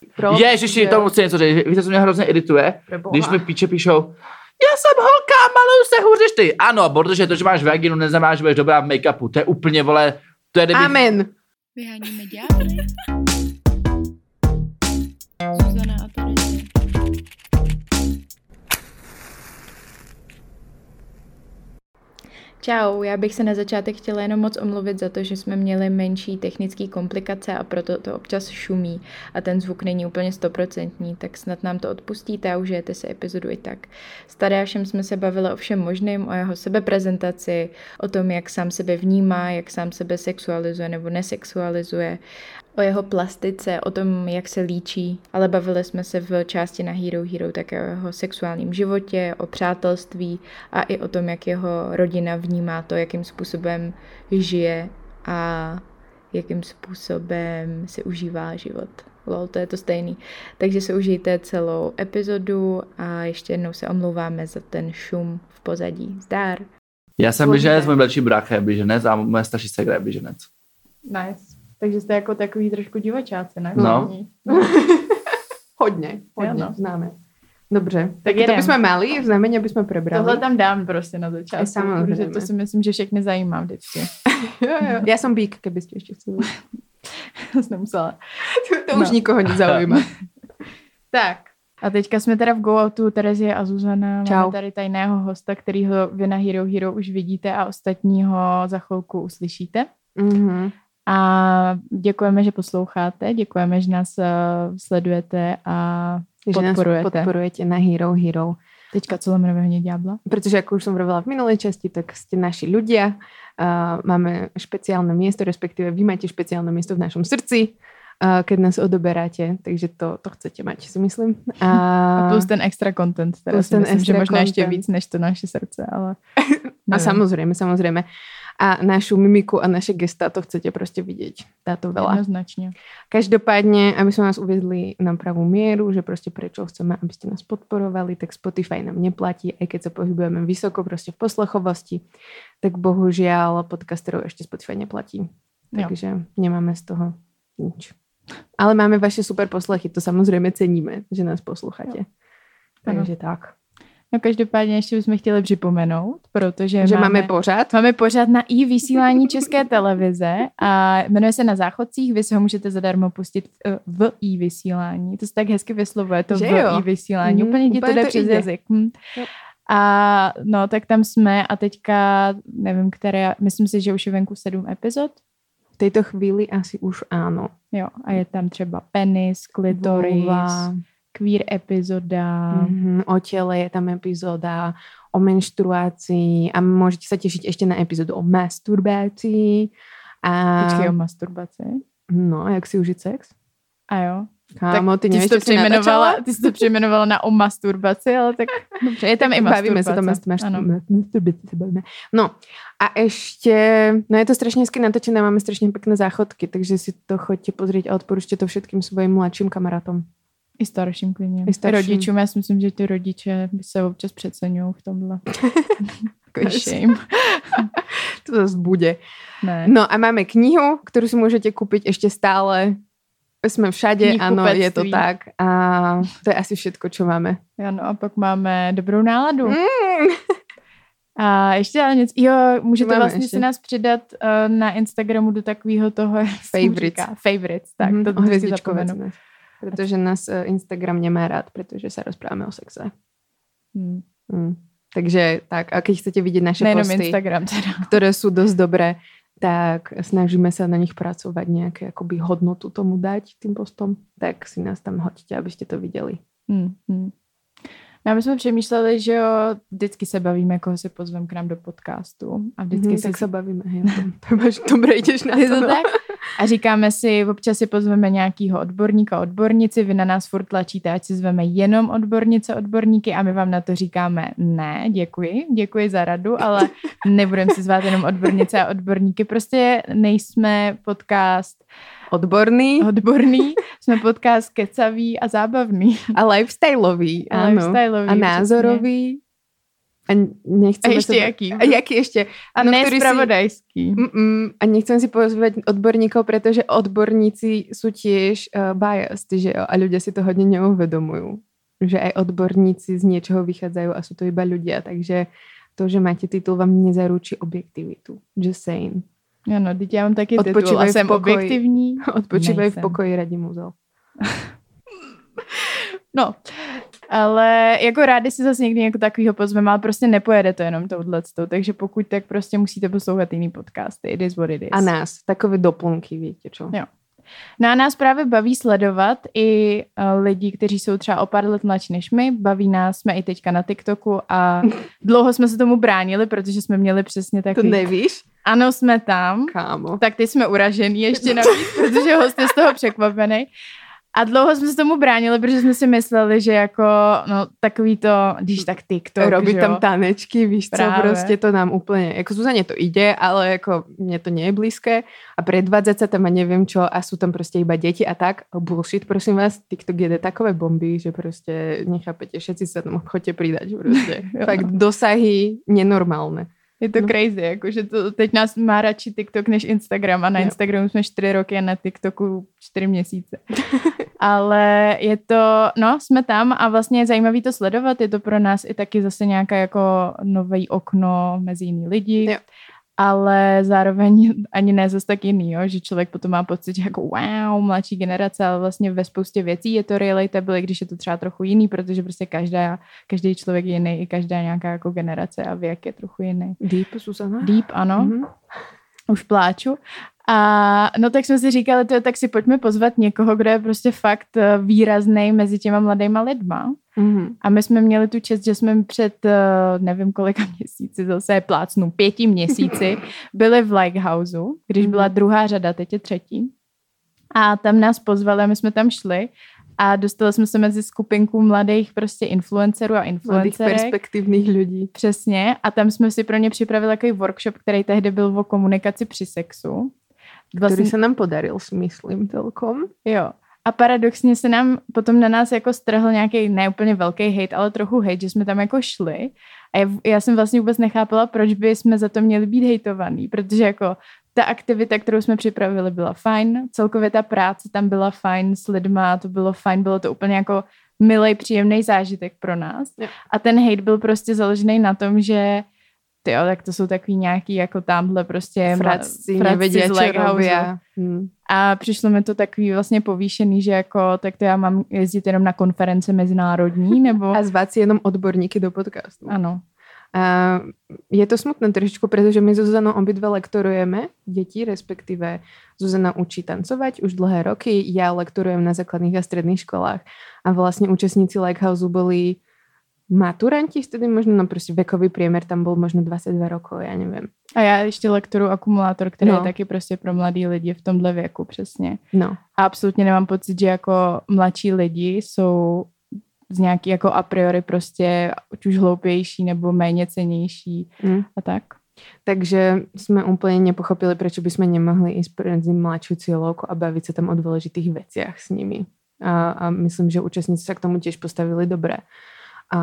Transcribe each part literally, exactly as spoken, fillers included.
Ježiši, to musím něco říct. Víte, co mě hrozně irituje? Když mi píče píšou, já jsem holka, maluju se hůř než ty. Ano, protože to, že máš vaginu, neznamená, že budeš dobrá v make-upu. To je úplně, vole, to je kdybych... Amen. Vyháníme ďábly. Zuzana a Terezie. Čau, já bych se na začátek chtěla jenom moc omluvit za to, že jsme měli menší technické komplikace a proto to občas šumí a ten zvuk není úplně stoprocentní, tak snad nám to odpustíte a užijete si epizodu i tak. S Tadeášem jsme se bavili o všem možným, o jeho sebeprezentaci, o tom, jak sám sebe vnímá, jak sám sebe sexualizuje nebo nesexualizuje, o jeho plastice, o tom, jak se líčí, ale bavili jsme se v části na Hero Hero také o jeho sexuálním životě, o přátelství a i o tom, jak jeho rodina vnímá to, jakým způsobem žije a jakým způsobem si užívá život. Lol, to je to stejný. Takže si užijte celou epizodu a ještě jednou se omlouváme za ten šum v pozadí. Zdar! Já jsem běženec, můj mladší brácha je běženec a moje starší segra je běženec. Nice. Takže jste jako takový trošku divočáci, ne? No. Hodně, hodně, no. známe. Dobře, tak to bychom měli, znamení bychom prebrali. Tohle tam dám prostě na začátku, samozřejmě. Protože to si myslím, že všechny zajímá vždycky. jo, jo. Já jsem bík, kdybyste ještě chceli. To jsem nemusela. To, to no. Už nikoho nezaujíma. Tak. A teďka jsme teda v Go Outu, Terezie a Zuzana. Čau. Máme tady tajného hosta, kterýho vy na Hero Hero už vidíte a ostatního za chvilku uslyšíte. Mhm. A děkujeme, že posloucháte, děkujeme, že nás uh, sledujete a podporujete. Že nás podporujete na Hero Hero. Teďka co lomeno Vyhonit ďábla? Protože ako už som vravila v minulej časti, tak ste naši ľudia. Uh, máme špeciálne miesto, respektíve vy máte špeciálne miesto v našom srdci, uh, keď nás odoberáte, takže to, to chcete mať, si myslím. A, a plus ten extra content, teda si myslím, že možná ještě víc než to naše srdce, ale... A samozrejme, samozrejme. A našu mimiku a naše gesta to chcete proste vidieť. Táto veľa. Jednoznačne. Každopádne, aby sme vás uviedli na pravú mieru, že proste prečo chceme, aby ste nás podporovali, tak Spotify nám neplatí, aj keď sa pohybujeme vysoko proste v poslechovosti, tak bohužiaľ podcasterov ešte Spotify neplatí. Takže jo. Nemáme z toho nič. Ale máme vaše super poslechy, to samozrejme ceníme, že nás posloucháte. Jo. Takže ano. Tak. No každopádně ještě bychom chtěli připomenout, protože že máme, máme pořad. Máme pořad na i vysílání České televize a jmenuje se Na záchodcích. Vy si ho můžete zadarmo pustit v i vysílání. To se tak hezky vyslovuje, to že v jo? i vysílání. Mm, úplně ti to jde přes jazyk. Hm. A no, tak tam jsme a teďka, nevím, které, myslím si, že už je venku sedm epizod. V této chvíli asi už áno. Jo, a je tam třeba penis, klitoris, vulva, queer epizoda. Mm-hmm, o tele je tam epizóda, o menštruácii a môžete sa tešiť ešte na epizódu o masturbácii. A... Počkej, o masturbaci? No, jak si užít sex? A jo. Kámo, ty, ty jsi to přejmenovala, ty jsi to přejmenovala na o masturbaci, ale tak dobře, je tam i masturbace. Bavíme se tam masturbace. No a ještě, no je to strašně hezky natočené, máme strašně pěkné záchodky, takže si to choďte pozrieť a odporúčte to všetkým svojim mladším kamarátom. I starším klidně. I starším. Rodičům, já si myslím, že ty rodiče by se občas přeceňují v tomhle. Takový shame. To zase bude. Ne. No a máme knihu, kterou si můžete koupit ještě stále. Jsme všade, ano, je to tak. A to je asi všetko, čo máme. Ano, a pak máme dobrou náladu. Mm. A ještě ale něco, jo, můžete vlastně ještě? si nás přidat uh, na Instagramu do takového toho favorites. Favorites, tak mm, to mm, si zapomenu. Protože nás uh, Instagram nemá rád, protože se rozpráváme o sexe. Hmm. Mm. Takže tak, a keď chcete vidět naše Nejenom posty, Instagram teda. které jsou dost dobré, tak snažíme sa na nich pracovať, nejaké akoby hodnotu tomu dať tým postom, tak si nás tam hoďte, aby ste to viděli. Hmm, hmm. No, my jsme přemýšleli, že jo, vždycky se bavíme, koho si pozvem k nám do podcastu. A vždycky hmm, si... tak se bavíme. Hej, to máš dobré, jdeš na to. to tak? A říkáme si, občas si pozveme nějakýho odborníka, odbornici, vy na nás furt tlačíte, ať si zveme jenom odbornice, odborníky a my vám na to říkáme ne, děkuji, děkuji za radu, ale nebudeme si zvát jenom odbornice a odborníky, prostě nejsme podcast odborný, odborný, jsme podcast kecavý a zábavný. A lifestyleový, a ano. Lifestyleový, a názorový. A nechceme a ještě sa... jaký? A jaký ešte? A no, nespravodajský. Si... A nechcem si pozvať odborníkov, pretože odborníci sú tiež uh, biased, že jo? A ľudia si to hodne neuvedomujú. Že aj odborníci z niečoho vychádzajú a sú to iba ľudia. Takže to, že máte titul, vám nezaručí objektivitu. Just saying. Ano, teď já mám taky titul a jsem objektivní. Odpočívaj v pokoji, Radim Uzel. No, ale jako rádi si zase někdy jako takovýho pozveme, ale prostě nepojede to jenom touhletou, takže pokud tak prostě musíte poslouchat jiný podcasty. It is what it is. A nás, takové doplnky, víte čo? Jo. No a nás právě baví sledovat i uh, lidi, kteří jsou třeba o pár let mladší než my. Baví nás, jsme i teďka na TikToku a dlouho jsme se tomu bránili, protože jsme měli přesně takový... To nevíš? Ano, jsme tam. Kámo. Tak teď jsme uražený ještě navíc, protože host je z toho překvapený. A dlouho jsme se tomu bránili, protože jsme si mysleli, že jako, no takový to, když tak TikTok, robí že tam jo? tanečky, víš co, Práve. prostě to nám úplně, jako Zuzane to ide, ale jako mne to nie je blízké a predvádzať sa tam a neviem čo a sú tam prostě iba deti a tak, bullshit, prosím vás, TikTok jede takové bomby, že prostě nechápete, všetci sa tam chodte pridať, prostě. Fakt dosahy nenormálne. Je to no. crazy, jakože to teď nás má radši TikTok než Instagram a na Instagramu jsme čtyři roky a na TikToku čtyři měsíce. Ale je to, no, jsme tam a vlastně je zajímavý to sledovat, je to pro nás i taky zase nějaká jako nový okno mezi jiný lidi. Jo. Ale zároveň ani ne zase tak jiný, jo? Že člověk potom má pocit, že jako wow, mladší generace, ale vlastně ve spoustě věcí je to relatable, když je to třeba trochu jiný, protože prostě každá, každý člověk je jiný, i každá nějaká jako generace a věk je trochu jiný. Deep, Susana? Deep, ano. Mm-hmm. Už pláču. A no tak jsme si říkali, to, tak si pojďme pozvat někoho, kdo je prostě fakt výrazný mezi těma mladýma lidma. Mm-hmm. A my jsme měli tu čest, že jsme před nevím kolika měsíci, zase plácnu, pěti měsíci, byli v Lighthouseu, když byla druhá řada, teď je třetí. A tam nás pozvali a my jsme tam šli a dostali jsme se mezi skupinku mladých prostě influencerů a influencerek. Mladých perspektivních lidí. Přesně. A tam jsme si pro ně připravili takový workshop, který tehdy byl o komunikaci při sexu. Vlastně... Který se nám podaril, si myslím, celkom. Jo. A paradoxně se nám potom na nás jako strhl nějaký neúplně velký hate, ale trochu hate, že jsme tam jako šli. A já, já jsem vlastně vůbec nechápala, proč by jsme za to měli být hejtovaný, protože jako ta aktivita, kterou jsme připravili, byla fajn. Celkově ta práce tam byla fajn s lidma, to bylo fajn, bylo to úplně jako milej, příjemný zážitek pro nás. Jo. A ten hate byl prostě založený na tom, že tyjo, tak to jsou takový nějaký jako tamhle prostě fratci, nevědí, co robia. Hmm. A přišlo mi to takový vlastně povýšený, že jako, tak to já mám jezdit jenom na konference mezinárodní, nebo... A zvát si jenom odborníky do podcastu. Ano. A je to smutné trošičku, pretože my so Zuzanou obidve lektorujeme deti, respektíve Zuzana učí tancovať už dlhé roky, ja lektorujem na základných a stredných školách a vlastne účastníci Lighthouseu boli maturanti, vtedy možno no prostě vekový priemer tam bol možno dvadsaťdva rokov, ja neviem. A já ještě lektoru akumulátor, který no. je taky prostě pro mladý lidi v tomhle věku, přesně. No. A absolutně nemám pocit, že jako mladší lidi jsou z nějaký jako a priori prostě už hloupější nebo méně cennější mm. a tak. Takže jsme úplně nepochopili, prečo by sme nemohli ísť medzi mladšiu cieľovku a baviť sa tam o dôležitých veciach s nimi. A, a myslím, že účastníci sa k tomu tiež postavili dobre. A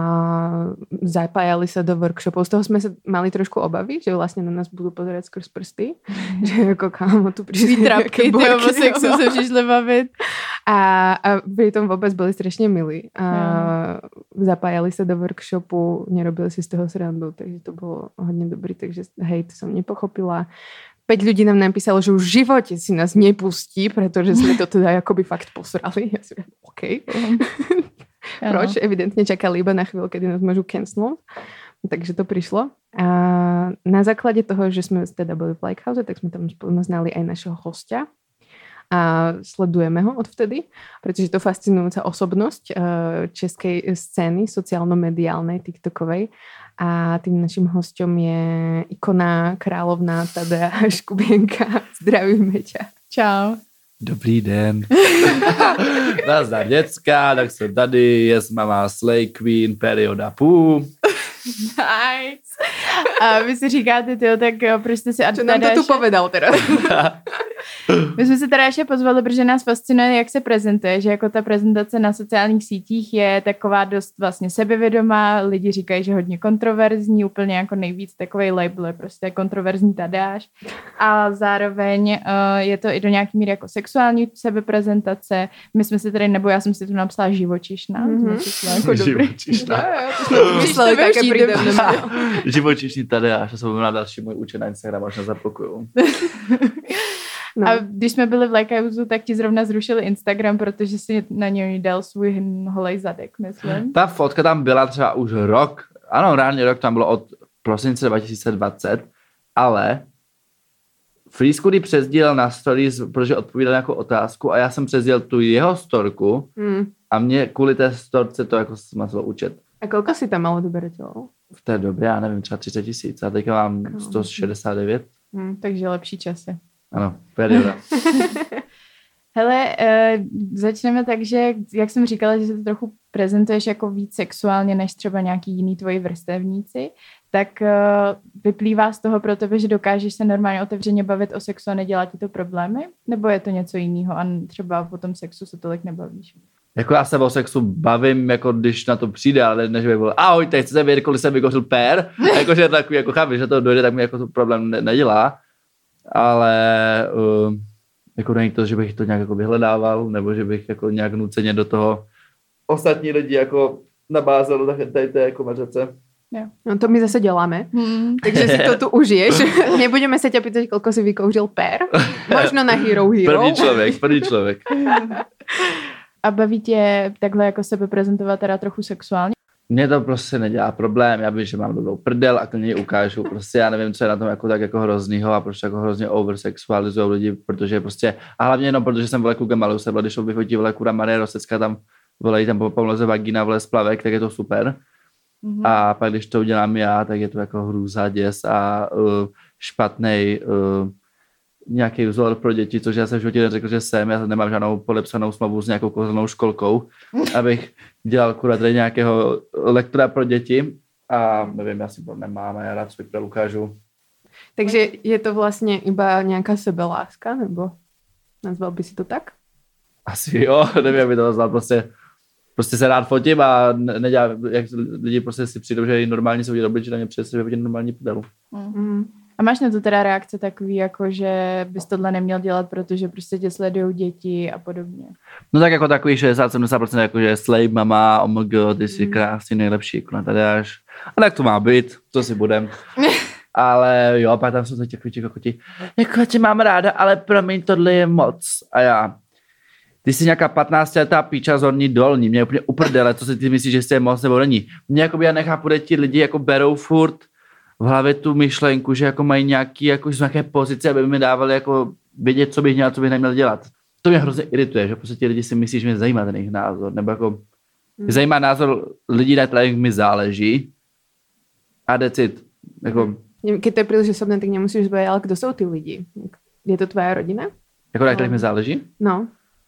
zapájali sa do workshopov. Z toho sme sa mali trošku obavy, že vlastne na nás budú pozerať skrz prsty. Mm. Že ako kámo, tu prišli trapky, ty o sexu se přišli bavit. A, a pritom vôbec boli strašne milí. A mm. zapájali sa do workshopu, nerobili si z toho srandu, takže to bolo hodne dobrý, takže hej, to som nepochopila. päť ľudí nám napísalo, že už v živote si nás nepustí, pretože sme to teda akoby fakt posrali. Ja si viem, OK. Mm. Proč? Ano. Evidentne čakali iba na chvíľu, kedy nás môžu cancelnúť. Takže to prišlo. A na základe toho, že sme teda boli v Lighthouse, tak sme tam spoznali aj našeho hostia. A sledujeme ho odvtedy, pretože to fascinujúca osobnosť českej scény, sociálno-mediálnej, tiktokovej. A tým našim hosťom je ikona, královna Tadea Škubienka. Zdravíme ťa. Čau. Dobrý den. Nazdar děcka, tak jsem tady, je s mama Slay Queen, perioda půl. Nice. A vy si říkáte, tyjo, tak jo, proč jste si... Čo nám to tu povedal teda? My jsme se teda ještě pozvali, protože nás fascinuje, jak se prezentuje, že jako ta prezentace na sociálních sítích je taková dost vlastně sebevědomá, lidi říkají, že hodně kontroverzní, úplně jako nejvíc takovej label je prostě kontroverzní Tadeáš. A zároveň uh, je to i do nějaký míry jako sexuální sebeprezentace. My jsme si tady, nebo já jsem si tu napsala živočišná. Mm-hmm. Jako živočišná. Mysleli také príde. Živočišný Tadeáš, to jsem byl na další můj účet na Instagram, až nezapokuju. No. A když jsme byli v Lajkauzu, tak ti zrovna zrušili Instagram, protože si na něj dal svůj holej zadek, myslím. Ta fotka tam byla třeba už rok, ano, reálně rok tam bylo od prosince dva tisíce dvacet, ale Freescooty přesdílel na stories, protože odpovídal nějakou otázku a já jsem přesdílel tu jeho storku hmm. a mě kvůli té storce to jako smazlo účet. A kolika si tam malo odberateľov? V té době, já nevím, třeba třicet tisíc a teďka mám sto šedesát devět. Hmm, takže lepší časy. Ano, perioda. Hele, uh, začneme tak, že jak jsem říkala, že se to trochu prezentuješ jako víc sexuálně než třeba nějaký jiný tvoji vrstevníci, tak uh, vyplývá z toho pro tebe, že dokážeš se normálně otevřeně bavit o sexu a nedělá ti to problémy? Nebo je to něco jiného a třeba o tom sexu se tolik nebavíš? Jako já se o sexu bavím, jako když na to přijde, ale než bych byl, ahoj, teď chcete vědět, kolik jsem vykořil pér, jakože takový, jako chápeš, že to dojde, tak mi jako to problém ne- nedělá, ale uh, jako není to, že bych to nějak jako vyhledával, nebo že bych jako nějak nuceně do toho ostatní lidi jako nabázel, tak tady to je jako mařece. Yeah. No to my zase děláme, hmm. takže si to tu užiješ. Nebudeme se tě pýtať, koľko si vykouřil pér. Možno na Hero Hero. První člověk, první člověk. A baví tě takhle jako sebe prezentovat teda trochu sexuálně? Mně to prostě nedělá problém, já vím, že mám dobrou prdel a klidně ji ukážu, prostě já nevím, co je na tom jako tak jako hroznýho a proč jako hrozně oversexualizují lidi, protože prostě, a hlavně jenom protože jsem vole kluka malou se, když vyfotí vole kura Marie Rosecka tam, vole, tam pomleze vagina, vole splavek, tak je to super. Mm-hmm. A pak když to udělám já, tak je to jako hrůza, děs a uh, špatnej uh, nějaký vzor pro děti, což já jsem v životě neřekl, že jsem, já nemám žádnou podepsanou smlouvu s nějakou kozelnou školkou, abych dělal akorát nějakého lektora pro děti a nevím, já si to nemám a já rád svůj prdel ukážu. Takže je to vlastně iba nějaká sebeláska, nebo nazval by si to tak? Asi jo, nevím, jak by to nazval, prostě Prostě se rád fotím a nedělá, jak lidi prostě si přijdou, že normálně se udělá obličej, na mě přijde, že vidím normální prdelu. Mm. A máš na to teda reakce takový, jako že bys tohle neměl dělat, protože prostě tě sledují děti a podobně? No tak jako takový šedesát sedmdesát procent jako, že slej mama, oh my god, ty jsi mm. krásný, nejlepší, jako na Tadeáš. A tak to má být, to si budem. Ale jo, pak tam jsou to takový ti kokoti, jako tě mám ráda, ale promiň, tohle je moc. A já, ty jsi nějaká patnáctiletá píča z Horní Dolní, mě je úplně uprdele, co si ty myslíš, že jsi je moc nebo není. Mě jako by já nechápu, že ti lidi jako berou furt v hlavě tu myšlenku, že jako mají nějaký, jako jsou nějaké pozice, aby mi dávali jako vědět, co bych měl, co bych neměl dělat. To mě hrozně irituje, že prostě ti lidi si myslí, že mě zajímá ten jejich názor, nebo jako hmm. zajímá názor lidí, na kterých mi záleží a decid, jako... Keď to je príliš osobné, tak nemusíš zbavit, ale kdo jsou ty lidi? Je to tvoja rodina? Jako na kterých mi záleží? No.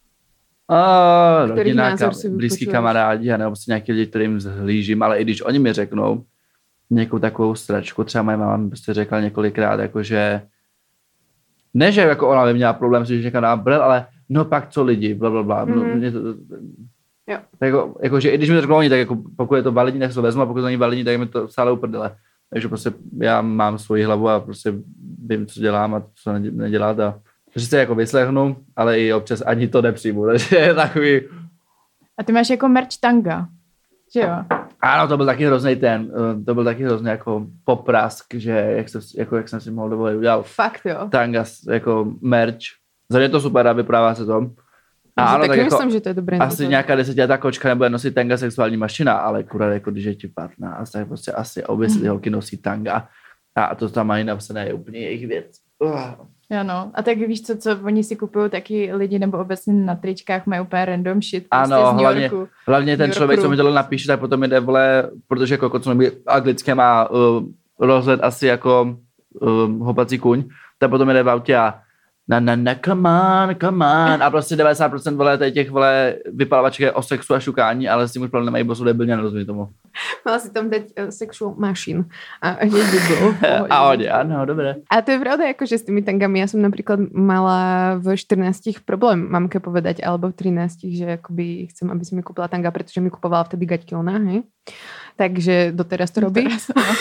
A rodina, kam, blízký kamarádi, nebo prostě nějaký lidi, kterým zhlížím, ale i když oni mi řeknou nějakou takovou stračku, třeba moje máma mi prostě řekla několikrát, jakože ne, že jako ona by měla problém, že někam dám brel, ale no pak co lidi, blablabla. Mm-hmm. No, mě to, jo. Tak jako, jako, že i když mi to řeknou oni, tak jako pokud je to validní, tak se to vezmu, a pokud to není validní, tak mi to stále uprdele. Takže prostě já mám svoji hlavu a prostě vím, co dělám a co nedělat a že se jako vyslechnu, ale i občas ani to nepřijmu, takže je takový... A ty máš jako merch tanga, že jo? Ano, to byl taky hrozný ten, to byl taky hrozný jako poprask, že jak, se, jako, jak jsem si mohl dovolit udělat. Fakt jo? Tanga jako merch. Za mě to super a vyprává se to. A ano, tak myslím, jako, že to je dobré. Asi to. Nějaká desetiletá kočka nebude nosit tanga sexuální mašina, ale kurva, jako když je ti patnáct, tak prostě asi obvykle mm. holky nosí tanga a to tam mají napsané, je úplně jejich věc. Uh. Ano, a tak víš co, co oni si kupují taky lidi, nebo obecně na tričkách mají úplně random shit. Prostě ano, z New hlavně, Yorku, hlavně ten člověk, co mi tohle napíše, tak potom jde, vole, protože jako co mi anglické má uh, rozhled asi jako uh, hopací kuň, tak potom jde v autě a na na na come on, come on. A prostě devadesát procent vole těch vole vypalovaček je o sexu a šukání, ale s tím už problém nemají, bo jsou debilně, nerozumí tomu. Mala si tam dať uh, sexual machine. A hneď by bolo. A hodně, ano, dobré. A to je pravda, akože s tými tangami, ja som napríklad mala v štrnástich problém mamke povedať, alebo v trinástich, že akoby chcem, aby si mi kúpila tanga, pretože mi kupovala vtedy gaťky ona, hej. Takže doteraz to robí.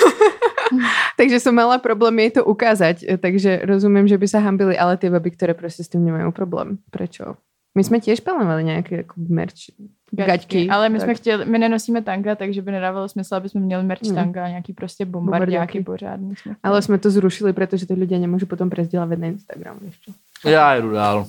Takže som mala problém jej to ukázať, takže rozumiem, že by sa hambili, ale tie baby, ktoré proste s tým nemajú problém. Prečo? My jsme tiež plánovali nějaké jako merch, gaťky. gaťky ale my tak. jsme chtěli, my nenosíme tanga, takže by nedávalo smysl, aby jsme měli merch tanga a nějaký prostě bombardiáky pořádný. Jsme ale jsme to zrušili, protože to ľudia nemôžu potom prezdělávat na Instagram. Ještě. Já jdu dál.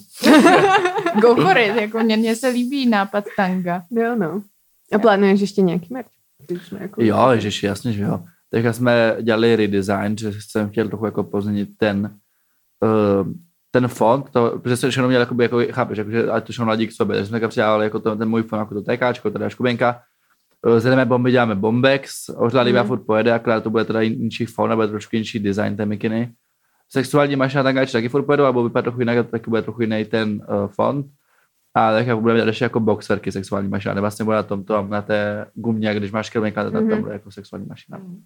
Go for it, jako mně, mně se líbí nápad tanga. Jo, no. A plánuješ ještě nějaký merch? Jako... Jo, ježiši, jasně, že jo. Teďka jsme dělali redesign, že jsem chtěl trochu jako pozměnit ten uh, ten fond, to, protože jsem všechno měl, jakoby, jako, chápeš, jakože, ať to všechno ladí k sobě, takže jsme přidávali jako to, ten můj fond, jako to tékáčko, teda škubenka, zjedeme bomby, děláme bombex, ořlá Livia mm. furt pojede, akorát to bude teda jinší fond, bude trošku jinší design té mikiny. Sexuální mašina tangáči taky furt pojedou, a bude vypadat trochu jinak, taky bude trochu jiný ten uh, fond. A tak jako budeme dělat ještě jako boxerky sexuální mašina, ne vlastně bude na tomto, na té gumě, když máš kelmenka, mm-hmm. tam bude jako sexuální mašina. Mm.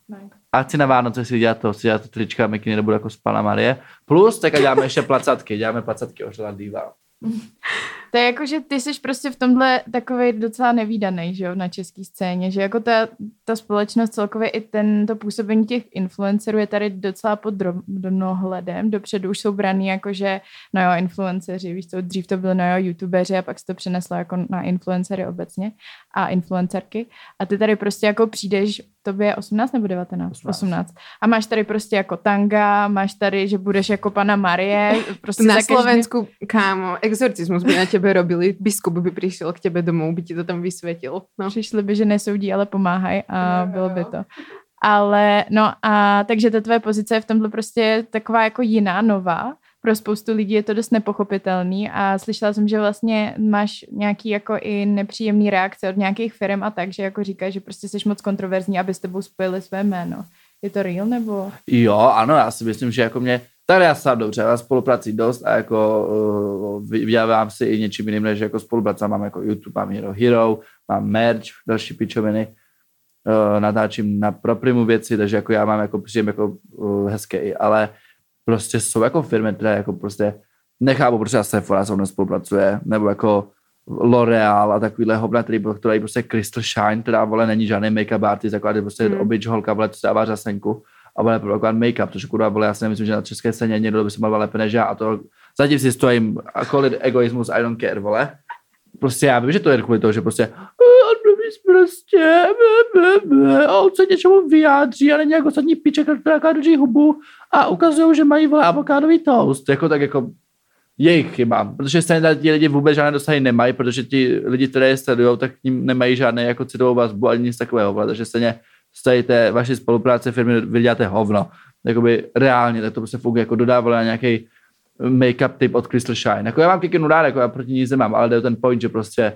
A chci na Vánoce si dělat to, si dělat to trička, mikiny, nebo jako z Pana Marie. Plus, tak děláme ještě placatky, děláme placatky ořlá Diva. To je jako, že ty jsi prostě v tomhle takovej docela nevídanej, že jo, na české scéně, že jako ta, ta společnost celkově i ten, to působení těch influencerů je tady docela pod drobnohledem, dopředu už jsou braný jako, že no jo, influenceři, víš co, dřív to byly no jo, youtubeři a pak se to přeneslo jako na influencery obecně a influencerky a ty tady prostě jako přijdeš, tobě je osmnáct nebo devatenáct? osmnáct. A máš tady prostě jako tanga, máš tady, že budeš jako Pana Marie. Prostě na Slovensku, každý... kámo, exorcismus by na tebe robili, biskup by přišel k tebe domů, by ti to tam vysvětil. No. Přišli by, že nesoudí, ale pomáhají a no, bylo by to. Ale no a takže ta tvoje pozice je v tomhle prostě taková jako jiná, nová. Pro spoustu lidí je to dost nepochopitelný a slyšela jsem, že vlastně máš nějaký jako i nepříjemný reakce od nějakých firm a tak, že jako říkáš, že prostě jsi moc kontroverzní, aby s tebou spojili své jméno. Je to real nebo? Jo, ano, já si myslím, že jako mě, tak já sám dobře, já spoluprací dost a jako uh, vydělávám si i něčím jiným, než jako spolupráce, mám jako YouTube, mám Hero Hero, mám merch, další pičoviny, uh, natáčím na Proprimu věci, takže jako já mám jako příjem jako uh, hezký, ale prostě jsou jako firmy, které jako prostě nechápu, protože Sephora se mnou spolupracuje, nebo jako L'Oreal a takovýhle hovna, který, který prostě Crystal Shine, která vole není žádný make-up artist, jako je prostě hmm. obyč holka, vole, co dává řasenku a vole produkovat make-up, protože kurva vole, já si nemyslím, že na české scéně někdo by se mal lépe než já a to zatím si stojím, call it egoismus, I don't care, vole. Prostě já vím, že to je kvůli toho, že prostě prostě a on se něčemu vyjádří a není jako ostatní píček, která drží hubu a ukazují, že mají vole avokádový toast. Jako tak jako jejich chyba, protože stejně tady ti lidi vůbec žádné dosahy nemají, protože ti lidi, které je sledujou, tak k ním nemají žádné jako citovou vazbu ani nic takového, vole. Takže stejně stojíte vaší spolupráce firmy, vy děláte hovno. Jakoby reálně, tak to prostě funguje, jako dodávali na nějaký make-up typ od Crystal Shine. Jako já mám kikinu rád, jako já proti ní nemám, ale jde o ten point, že prostě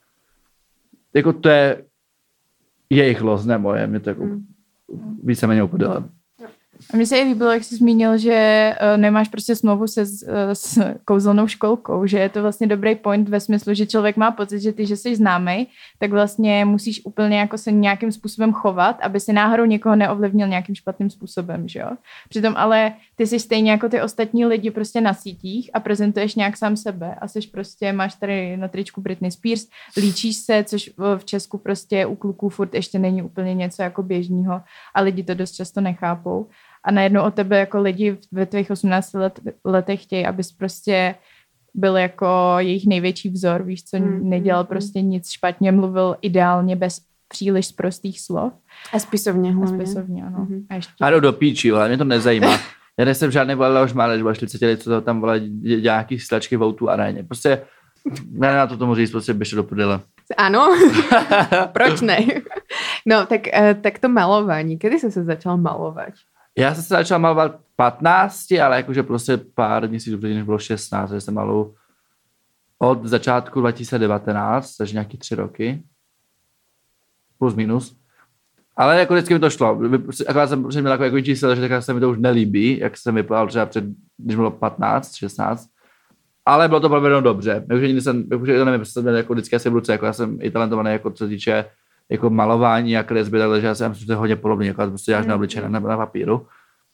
jako to je jejich los, ne moje, mě to jako mm. víceméně upodele. A mně se i líbilo, jak jsi zmínil, že uh, nemáš prostě smlouvu se s, uh, s kouzelnou školkou, že je to vlastně dobrý point ve smyslu, že člověk má pocit, že ty, že jsi známej, tak vlastně musíš úplně jako se nějakým způsobem chovat, aby si náhodou někoho neovlivnil nějakým špatným způsobem, že jo. Přitom ale ty jsi stejně jako ty ostatní lidi prostě na sítích a prezentuješ nějak sám sebe a jsi prostě, máš tady na tričku Britney Spears, líčíš se, což v Česku prostě u kluků furt ještě není úplně něco jako běžného a lidi to dost často nechápou. A najednou o tebe jako lidi ve tvých osmnácti let, letech chtějí, abys prostě byl jako jejich největší vzor, víš co, mm, nedělal mm, prostě nic špatně, mluvil ideálně bez příliš prostých slov. A spisovně hlavně. A spisovně, ano. Mm-hmm. A ještě... A jdu do píči, ale mě to nezajímá. Já nejsem žádný vole už malé, že bylo čtyřicet let, co to tam vole dělá nějaký slačky v outu aréně. Prostě ne na to tomu říct, prostě běžte do prdele. Ano, proč ne? No, tak, tak to malování. Kedy jsi se začal malovat? Já jsem se začal malovat patnáct, ale jakože prostě pár měsíců předtím, než bylo šestnáct, takže jsem malu od začátku dva tisíce devatenáct, takže nějaký tři roky, plus minus. Ale jako vždycky mi to šlo. Akorát jsem měl jako, jako čísel, že se mi to už nelíbí, jak jsem vypadal třeba před, když bylo patnáct, šestnáct. Ale bylo to provedeno dobře. Takže nikdy jsem, jako, nevím, jsem jako vždycky asi v ruce, jako já jsem i talentovaný, jako co se týče jako malování a kresby, takže já jsem myslím, že to je hodně podobný, jako prostě děláš na obličeji, na, na papíru.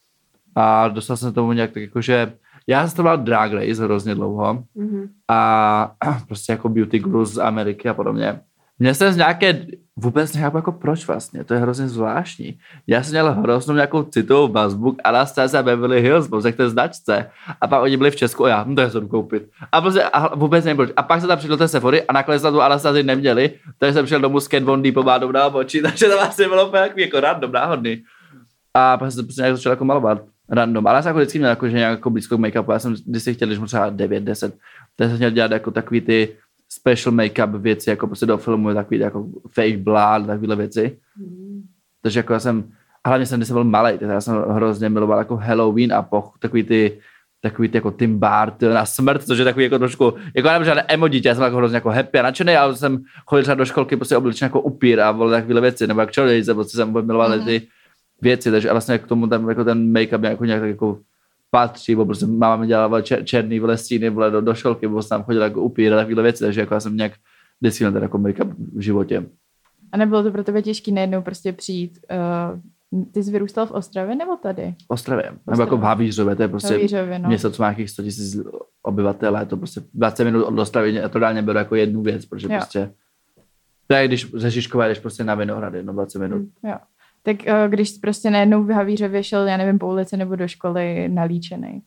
A dostal jsem tomu nějak tak jako, že já jsem to byl Drag Race hrozně dlouho mm-hmm. a prostě jako beauty gurus z Ameriky a podobně. Měl jsem z nějaké, vůbec nechápu jako proč vlastně, to je hrozně zvláštní. Já jsem měl hroznou nějakou citovou vazbu k Anastasia Beverly Hills, protože k té značce. A pak oni byli v Česku a já, hm, to je jsem koupit. A, prostě, a vůbec nevím proč. A pak jsem tam přišel do té Sephory a nakonec na tu Anastasii neměli, takže jsem přišel domů s Kat Von D pomádou na oči, takže to vlastně bylo takový jako random, náhodný. A pak jsem prostě nějak začal jako malovat random. Ale já jsem jako vždycky měl jako, že nějak jako blízko k make-upu. Já jsem když si chtěl, když mu třeba devět deset, tak jsem chtěl dělat jako takový ty special make-up věci, jako prostě do filmu, takový jako fake blood, takovýhle věci. Mm. Takže jako já jsem, a hlavně jsem, když jsem byl malej, tak já jsem hrozně miloval jako Halloween a poch, takový ty, takový ty jako Tim Burton a smrt, což je takový jako trošku, jako já nevím, žádné emo dítě, já jsem jako hrozně jako happy a nadšený, ale jsem chodil třeba do školky prostě obličený jako upír a volil takovýhle věci, nebo jak čarodějnice, prostě jsem miloval mm. ty věci, takže a vlastně k tomu tam jako ten make-up jako nějak tak jako patří, bo prostě máma mi dělala čer, černý vole stíny vole do, do školky, bo jsem tam chodila jako upír a takovýhle věci, takže jako já jsem nějak vždycky na ten jako make-up v životě. A nebylo to pro tebe těžký najednou prostě přijít, uh, ty jsi vyrůstal v Ostravě nebo tady? V Ostravě, Ostravě. Nebo jako v Havířově, to je prostě Havířově, no. město, co má nějakých sto tisíc obyvatel, je to prostě dvacet minut od Ostravy, a to dálně beru jako jednu věc, protože jo. prostě to je, když ze Žižkova jdeš prostě na Vinohrady, no dvacet minut. Mm, jo. Tak uh, když jsi prostě najednou v Havířově šel, já nevím, po ulici nebo do školy nalíčenej.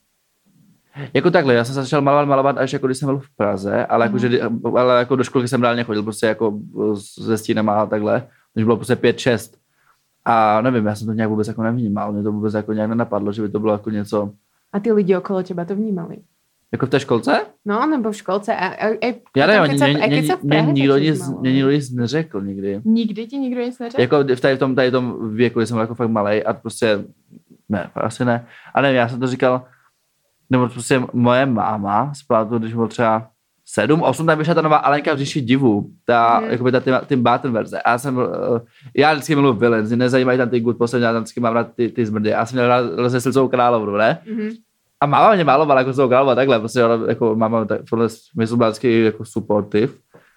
Jako takhle, já jsem začal malovat, malovat až jako když jsem byl v Praze, ale, jako, že, ale jako do školky jsem reálně chodil prostě jako se stínama a takhle, když bylo prostě pět šest. A nevím, já jsem to nějak vůbec jako nevnímal, mě to vůbec jako nějak nenapadlo, že by to bylo jako něco. A ty lidi okolo těba to vnímali? Jako v té školce? No, nebo v školce. A, a, a, já nevím, mě nikdo nic neřekl nikdy. Nikdy ti nikdo nic neřekl? Jako v tady v tom, tady v tom věku, kdy jsem byl jako fakt malej a prostě, ne, asi ne. A nevím, já jsem to říkal, nebo prostě moje máma, zpátky, když byl třeba sedm, osm, tam vyšla ta nová Alenka v říši divů, ta, mm. jakoby ta Tim Burton verze. A já jsem, já vždycky miluji villains, nezajímají tam ty good poslední, já tam vždycky mám rád ty, ty zmrdy. Já jsem měl rád vlastně Slicovou královnu, ne? Mm. A máma mě malovala jako Slicovou královnu takhle, prostě jako máma tohle smysl byla vždycky jako supportive.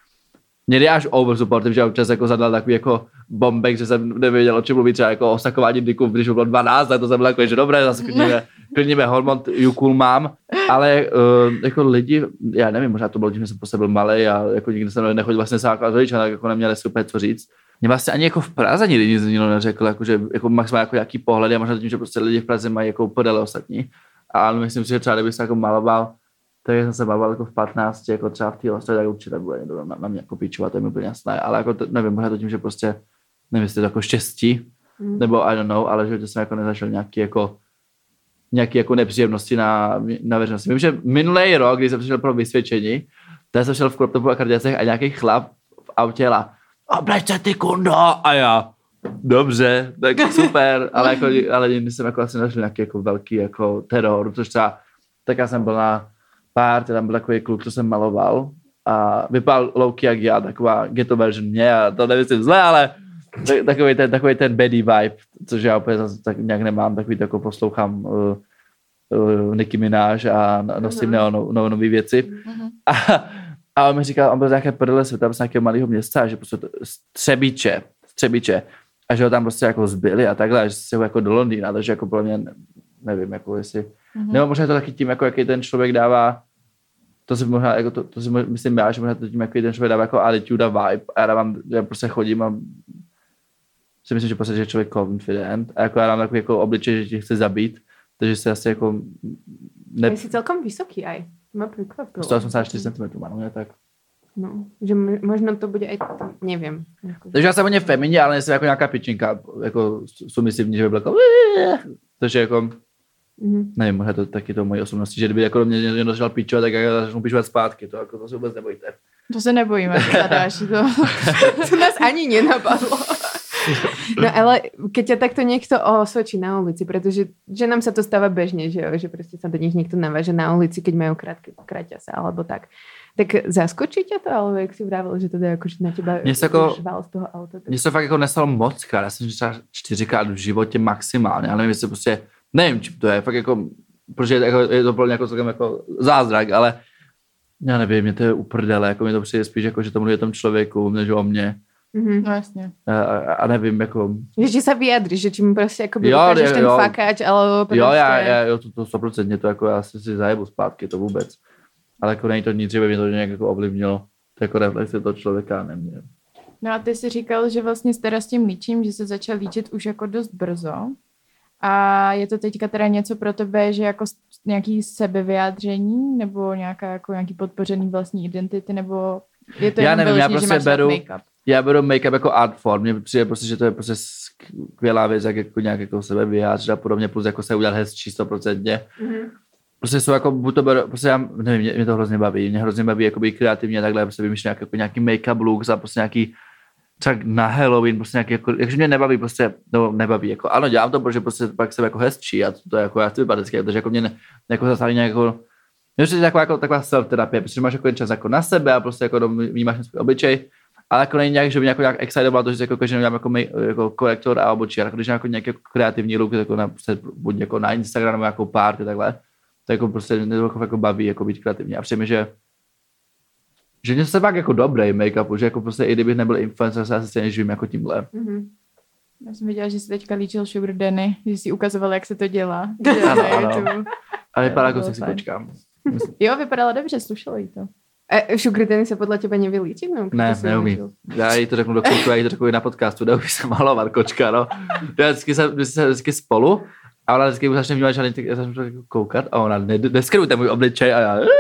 Někdy až over supportive, že občas jako zadal takový jako bombek, že jsem nevěděl, o čem mluví, třeba jako o sakování diku, když bylo dvanáct, tak to jsem byl jako, že dobré, zase klidníme, klidníme hormon, you cool mám, ale uh, jako lidi, já nevím, možná to bylo tím, že jsem prostě byl malej a jako nikdy jsem nechodil vlastně sákat rodiče, tak jako neměli super co říct. Mě vlastně ani jako v Praze nikdy nic nikdo neřekl, jako, že jako maximálně jako jaký pohled, a možná tím, že prostě lidi v Praze mají jako podele ostatní. A myslím si, že třeba kdybych se jako maloval, takže jsem se bavil jako v patnácti, jako třeba v té Ostravě, tak určitě bude někdo na, na mě jako píčovat, to je mi úplně jasné, ale jako to, nevím, možná to tím, že prostě, nevím, jestli to jako štěstí, mm. nebo I don't know, ale že jsem jako nezašel nějaký jako, nějaký jako nepříjemnosti na, na veřejnosti. Vím, že minulý rok, když jsem přišel pro vysvědčení, tak jsem šel v crop topu a kardiacech a nějaký chlap v autě jela, obleč se ty kundo, a já, dobře, tak super, ale jako, ale nikdy jsem jako asi našel nějaký jako velký jako teror, protože třeba, tak já jsem byl na pár, tam byl takový kluk, co jsem maloval a vypadal louky jak já, taková ghetto version mě a to nemyslím zle, ale takový ten, takový ten baddie vibe, což já úplně zase tak nějak nemám, takový to jako poslouchám uh, uh, Nicki Minaj a nosím uh-huh. no, no, nový věci. Uh-huh. A, a on mi říkal, on byl z nějaké prdele světa, z nějakého malého města, že prostě střebíče, střebíče a že ho tam prostě jako zbyli a takhle, a že se ho jako do Londýna, takže jako pro mě nevím, jako jestli, uh-huh. nebo možná to taky tím, jako jaký ten člověk dává. To si možná, jako to, to si myslím já, že možná to tím, jaký ten člověk dává jako attitude a vibe. A já dávám, já prostě chodím a si myslím, že prostě, že je člověk confident. A jako já dám takový jako obličej, že tě chce zabít. Takže se asi jako... Ne... Jsi celkom vysoký aj. To má překvapilo. sto osmdesát čtyři centimetrů mám, ne tak. No, že možná to bude aj tam, nevím. Jako... Takže já jsem hodně feminí, ale nejsem jako nějaká pičinka, jako submisivní, že by bylo jako... Takže jako... Mm-hmm. Nevím, možná to taky to mojí osobnosti, že kdyby jako mě někdo začal píčovat, tak já začnu píčovat zpátky, to, jako, to se vůbec nebojte. To se nebojíme, Tadáši, to, to nás ani nenapadlo. No ale keď ťa takto niekto osočí na ulici, pretože že nám sa to stáva bežne, že, jo, že proste sa do nich niekto naváže na ulici, keď majú krátke kraťase alebo tak. Tak zaskočí tě to, ale jak si vrával, že to jde jako, že na těba jako, žval z toho auta. Tak... Mně se fakt jako nestalo moc krát, já jsem třeba čtyřikrát v životě maximálně, ale nevím, jestli prostě, nevím, čím to je, fakt jako, protože jako, je to plně jako celkem jako zázrak, ale já nevím, mě to je uprdele, jako mě to přijde spíš jako, že to mluví o tom člověku, než o mně. Mm-hmm. No jasně. A, a nevím, jako... Že ti se vyjadříš, že ti mu prostě jako by ukážeš ten fakáč, ale prostě... Jo, já, já jo, to, to sto procent, to jako já si, si zajebu zpátky, to vůbec. Ale jako není to nic, že by mě to nějak jako ovlivnilo. To jako reflexe toho člověka neměl. No a ty jsi říkal, že vlastně teda s tím líčím, že se začal líčit už jako dost brzo. A je to teďka teda něco pro tebe, že jako nějaký sebevyjádření nebo nějaká jako nějaký podpořený vlastní identity, nebo je to já jenom nevím, vyloženě, já prostě že máš beru, make-up? Já beru make-up jako art form. Mně přijde prostě, že to je prostě skvělá věc, jak jako nějak jako sebe vyjádřit a podobně, plus jako se udělat hezčí stoprocentně. Mm-hmm. Prostě jsou jako, buď to beru, prostě já nevím, mě, mě to hrozně baví, mě hrozně baví jako být kreativně takhle, prostě vymýšlet nějaký, jako nějaký make-up looks a prostě nějaký třeba na Halloween, prostě nějaký, jako, jakže mě nebaví, prostě, no nebaví, jako, ano, dělám to, protože prostě pak jsem jako hezčí a to, to je jako, já chci vypadat hezky, protože jako mě ne, jako zase nějak jako, je to taková, jako, taková self-terapie, protože máš jako čas jako na sebe a prostě jako vnímáš ten svůj obličej, ale jako není nějak, že by nějak, nějak excitoval to, že jako každý dělám jako, jako korektor a obočí, ale když jako nějaký jako kreativní look, jako na, prostě, buď jako na Instagram nebo jako party, takhle, to jako prostě mě to jako baví, jako být kreativní a přijde mi, že že mě se fakt jako dobrý make-upu, že jako prostě i kdybych nebyl influencer, se asi stejně živím jako tímhle. Mm-hmm. Já jsem viděla, že jsi teďka líčil Sugar Danny, že jsi ukazoval, jak se to dělá. Ano, ano. A vypadá jako se si počkám. Jo, vypadala dobře, slušelo jí to. A Sugar Danny se podle těba nevylíčí? No, ne, neumí. Já jí to řeknu do kluku, já jí to řeknu i na podcastu, neumí se malovat, kočka, no. Já vždycky se, vždycky se vždycky spolu, a ona vždycky začne vnímat, že já začnu koukat a ona, ne, neskrujte můj obličej a já,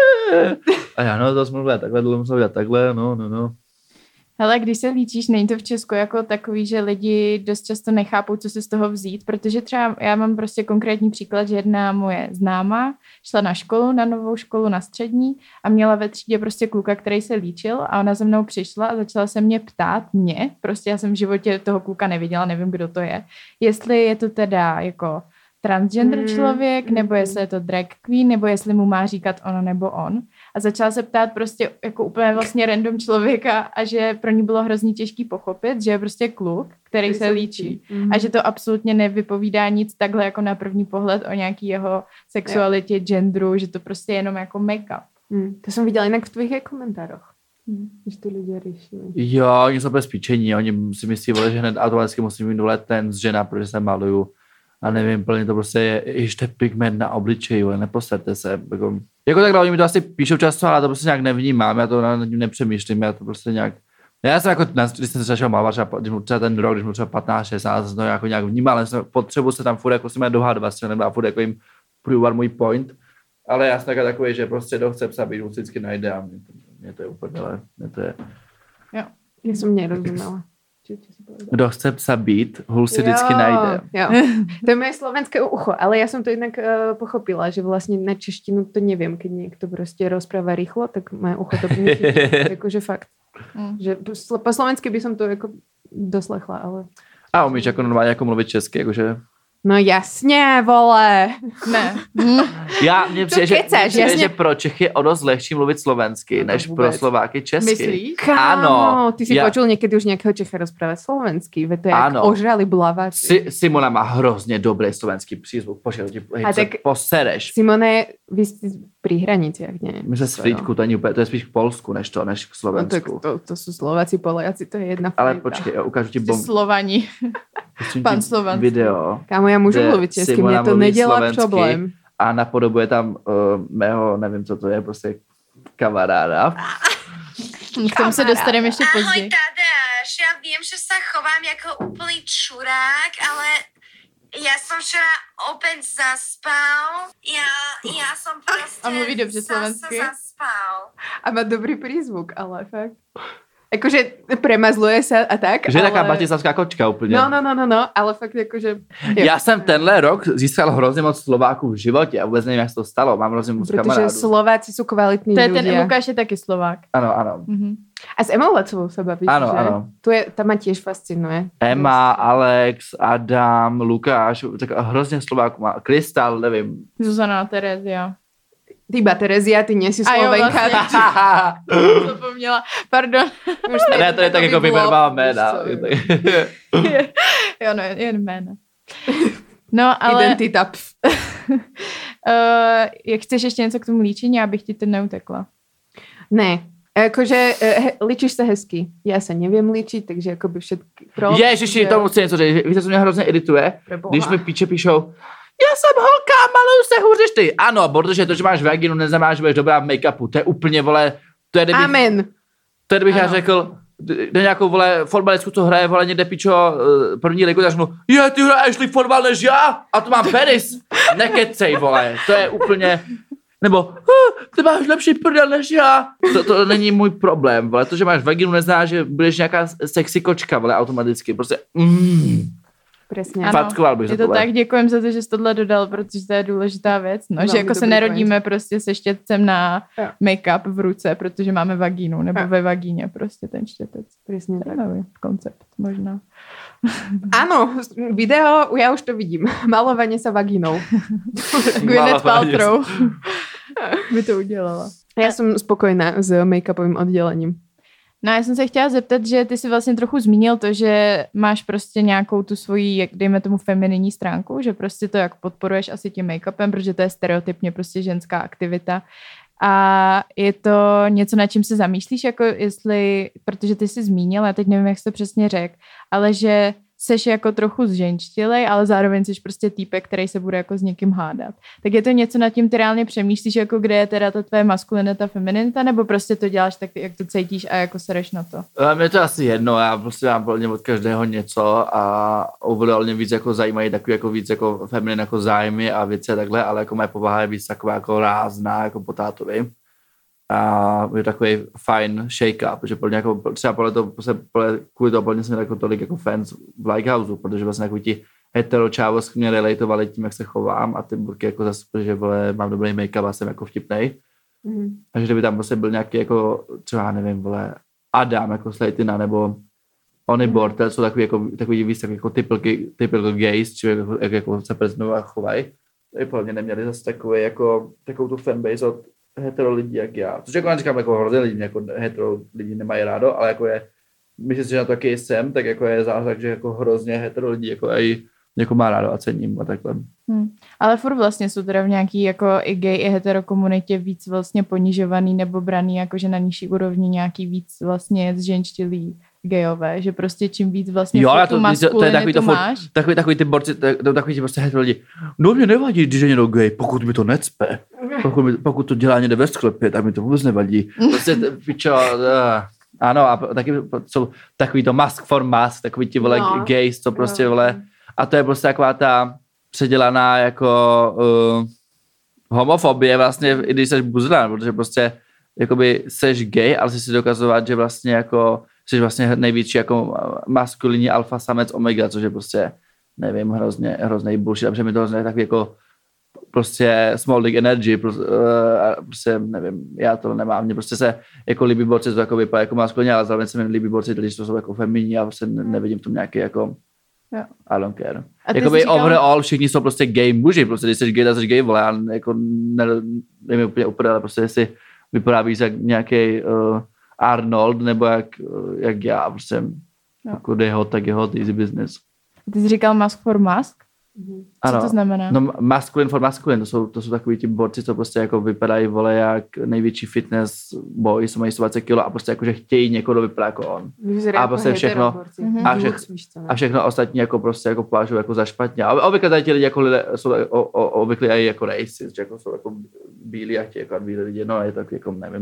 a já, no to jsme mluvili takhle, dlouho musím dělat takhle, no, no, no. Hele, když se líčíš, není to v Česku jako takový, že lidi dost často nechápou, co si z toho vzít, protože třeba já mám prostě konkrétní příklad, že jedna moje známá šla na školu, na novou školu, na střední a měla ve třídě prostě kluka, který se líčil a ona ze mnou přišla a začala se mě ptát, mě, prostě já jsem v životě toho kluka neviděla, nevím, kdo to je, jestli je to teda jako transgender mm. člověk, nebo jestli je to drag queen, nebo jestli mu má říkat ono nebo on. A začala se ptát prostě jako úplně vlastně random člověka a že pro ní bylo hrozně těžký pochopit, že je prostě kluk, který se líčí. Mm. A že to absolutně nevypovídá nic takhle jako na první pohled o nějaký jeho sexualitě, jo. genderu, že to prostě je jenom jako make-up. Mm. To jsem viděla jinak v tvých komentářích. Hmm. Že to lidé řešili. Jo, oni jsou bez píčení, oni si myslí, že hned automaticky musím mít dole ten z žena, protože se maluju. A nevím, plně to prostě je, ještě pigment na obličeji, ale neposerte se. Jako, jako takhle, oni mi to asi píšou často, ale to prostě nějak nevnímám, já to nad tím nepřemýšlím, já to prostě nějak... Já jsem jako, když jsem se začal malovat, třeba, třeba ten rok, když byl třeba patnáct šestnáct, jsem to jako nějak vnímal, ale jsem potřebu se tam furt jako si mě dohadovat, se nebyla furt jako jim průvat můj point, ale já jsem takový, že prostě kdo chce psa být, vždycky najde a mě to, mě to je úplně, mě to je... Jo, já jsem nerozuměla. Kdo chce psa být, hůl si vždycky najde. Jo. To je moje slovenské ucho, ale já jsem to jednak uh, pochopila, že vlastně na češtinu to nevím, keď někdo prostě rozpráva rýchlo, tak moje ucho to nechytí. Jakože fakt. Mm. Že po slovensky by som to jako doslechla, ale... A umíš jako normálně jako mluvit česky, jakože... No jasně, vole. Ne. Já, mně přijde, že, jasně... že pro Čechy je o dost lehčí mluvit slovensky, no než vůbec. Pro Slováky česky. Myslíš? Ano. Ty si já... počul někdy už nějakého Čecha rozprávat slovensky, ve to jak ožrali blaváci. Si, Simona má hrozně dobrý slovenský přízvuk, počkej, ti tak posereš. Simone, vy jste pri hraniciach, ne? My se s Frýdku, to, to je spíš v Polsku, než to, než v Slovensku. No, to, to jsou Slováci, Poliaci, to je jedna Ale počkej, já ukážu ti bombu. Slovani. Pan Slovan. Video. Kámo, já můžu mluvit česky, mě to nedělá problém. A napodobuje tam uh, mého, nevím, co to je, prostě kamaráda. K tomu se dostaneme ještě později. Ahoj Tadeáš, já vím, že se chovám jako úplný čurák, ale já jsem včera opět zaspal. Já, já jsem prostě a mluví dobře slovensky. zaspal. A má dobrý prízvuk, ale fakt. Jakože premazluje se a tak, že je ale... taká batislavská kočka úplně. No, no, no, no, no, ale fakt jakože... Jo. Já jsem tenhle rok získal hrozně moc Slováků v životě a vůbec nevím, jak se to stalo. Mám hrozně moc kamarádů. Protože Slováci jsou kvalitní to je ľudia. Ten Lukáš je taky Slovák. Ano, ano. Mm-hmm. A s Emou Lacovou se bavíš, ano, že? Ano, Tu je, ta ma tiež fascinuje. Emma, Alex, Adam, Lukáš, tak hrozně Slováků má. Krystal, nevím. Zuzana, Terezia. Ty iba Terezia, ty nie si Slovenka. Vlastně. Zapomněla. Pardon. Ne, to je tak jako vybervá jména. Jo, no, jen jména. No, ale... Identita. uh, jak chceš ještě něco k tomu líčení, abych ti to neutekla? Ne. Jakože he, líčíš se hezky. Já se nevím líčit, takže jakoby všetky... Ježiši, to musím něco říct. Víte, co mě hrozně irituje? Když mi píče píšou, já jsem holka, maluju se hůř než ty. Ano, protože to, že máš vaginu, neznamená, že budeš dobrá v make-upu. To je úplně, vole... To je, kdybych, Amen. To je, kdybych já řekl, jde nějakou, vole, fotbalistku, co hraje, vole, někde pičo první ligu, tak řeknu, je, ty hraješ líp fotbal než já? A to mám penis. Nekecej, vole. To je úplně... Nebo, hm, ty máš lepší prdel než já. To, to není můj problém, vole. To, že máš vaginu, neznamená, že budeš nějaká sexy kočka, vole, automaticky. Prostě, mm. Přesně. Fackoval bych je za to tohle. tak, děkujem za to, že jsi tohle dodal, protože to je důležitá věc. No, No, že jako se nerodíme point. prostě se štětcem na Jo. make-up v ruce, protože máme vagínu, nebo Jo. ve vagíně prostě ten štětec. Přesně tak. Zajímavý koncept, možná. Áno, video, ja už to vidím. Malovanie sa vagínou. Gwyneth Malovanie Paltrow by to udělala. Ja som spokojná s make-upovým oddelením. No já jsem se chtěla zeptat, že ty jsi vlastně trochu zmínil to, že máš prostě nějakou tu svoji, jak dejme tomu femininní stránku, že prostě to jak podporuješ asi tím make-upem, protože to je stereotypně prostě ženská aktivita. A je to něco, na čím se zamýšlíš, jako jestli, protože ty jsi zmínil, já teď nevím, jak jsi to přesně řekl, ale že seš jako trochu zženštilej, ale zároveň jsi prostě týpek, který se bude jako s někým hádat. Tak je to něco, nad tím ty reálně přemýšlíš, jako kde je teda ta tvoje maskulinita, femininita, nebo prostě to děláš tak, jak to cítíš a jako sereš na to? Mně je to asi jedno, já prostě mám plně od každého něco a overallně víc jako zajímají takový jako víc jako feminin jako zájmy a věci a takhle, ale jako moje povaha je víc taková jako rázná, jako po tátovi. A je takový fajn shake-up, že plně jako, třeba podle toho, kvůli toho plně jsem jako tolik jako fans v Likehouseu, protože vlastně jako ti hetero čávos mě relatovali tím, jak se chovám a ty burky jako zase, že vole, mám dobrý make-up a jsem jako vtipnej. Mm. Takže kdyby tam prostě byl nějaký jako, třeba nevím, vole, Adam jako Slatina nebo Ony mm. Bortel, jsou takový jako, takový víc takový jako typical, typical gays, či jako, jak jako se prezentují a chovají. To podle mě neměli zase takový jako, takovou tu fanbase od hetero lidí jak já. Což jako neříkám jako hrozně lidí, jako hetero lidi nemají rádo, ale jako je, myslím si, že na to taky jsem, tak jako je zázrak, že jako hrozně hetero lidí jako aj jako má rádo a cením a takhle. Hmm. Ale furt vlastně jsou teda v nějaký jako i gay, i hetero komunitě víc vlastně ponižovaný nebo braný jakože na nižší úrovni nějaký víc vlastně zženštilý gayové, že prostě čím víc vlastně jo, tu to, maskulinitu to je takový, to máš. Furt, takový, takový ty borci, to, takový ty prostě hetero lidi. No mě nevadí, když je někdo gay, pokud mi to necpe. Pokud, mi, pokud to dělá někde ve sklepě, tak mi to vůbec nevadí. Prostě pičo, uh, ano, a taky jsou takový to mask for mask, takový ti vole no. gays, co prostě no. vole. A to je prostě taková ta předělaná jako uh, homofobie vlastně, i když jsi buzlán, protože prostě jakoby seš gay, ale jsi si dokazovat, že vlastně jako jsi vlastně největší jako maskulinní alfa samec omega, což je prostě, nevím, hrozně, hrozný bullshit, a protože mi to hrozně takový jako prostě small dick energy, prostě, uh, prostě nevím, já to nemám, mně prostě se jako líbí borci, to jako vypadá jako maskulinní, ale zároveň se mi líbí borci, kteří jsou jako feminní a prostě nevidím v tom nějaký jako jo. I don't care. Jakoby říkal... overall všichni jsou prostě gay muži, prostě když jsi gay, tak jsi gay, vole, a jako ne, nevím úplně úplně, ale prostě jestli vypadá víc jak nějaký uh, Arnold, nebo jak, uh, jak já, prostě jo. jako je hot, tak je hot, easy business. Ty jsi říkal mask for mask? Mhm. Co ano. to znamená? No masculine for masculine, to jsou, to jsou takový ti borci, co prostě jako vypadají, vole, jak největší fitness boy, co mají sto dvacet kilo a prostě jako, že chtějí někoho vypadat jako on. Vyzerá a prostě všechno, mm-hmm. a, všech, a všechno ostatní jako prostě jako považují jako za špatně. A obvykle tady ti lidi jako lidé, jsou o, o, obvykle i jako racist, že jako jsou jako bílí a chtějí jako bílí lidi, no je to jako, nevím,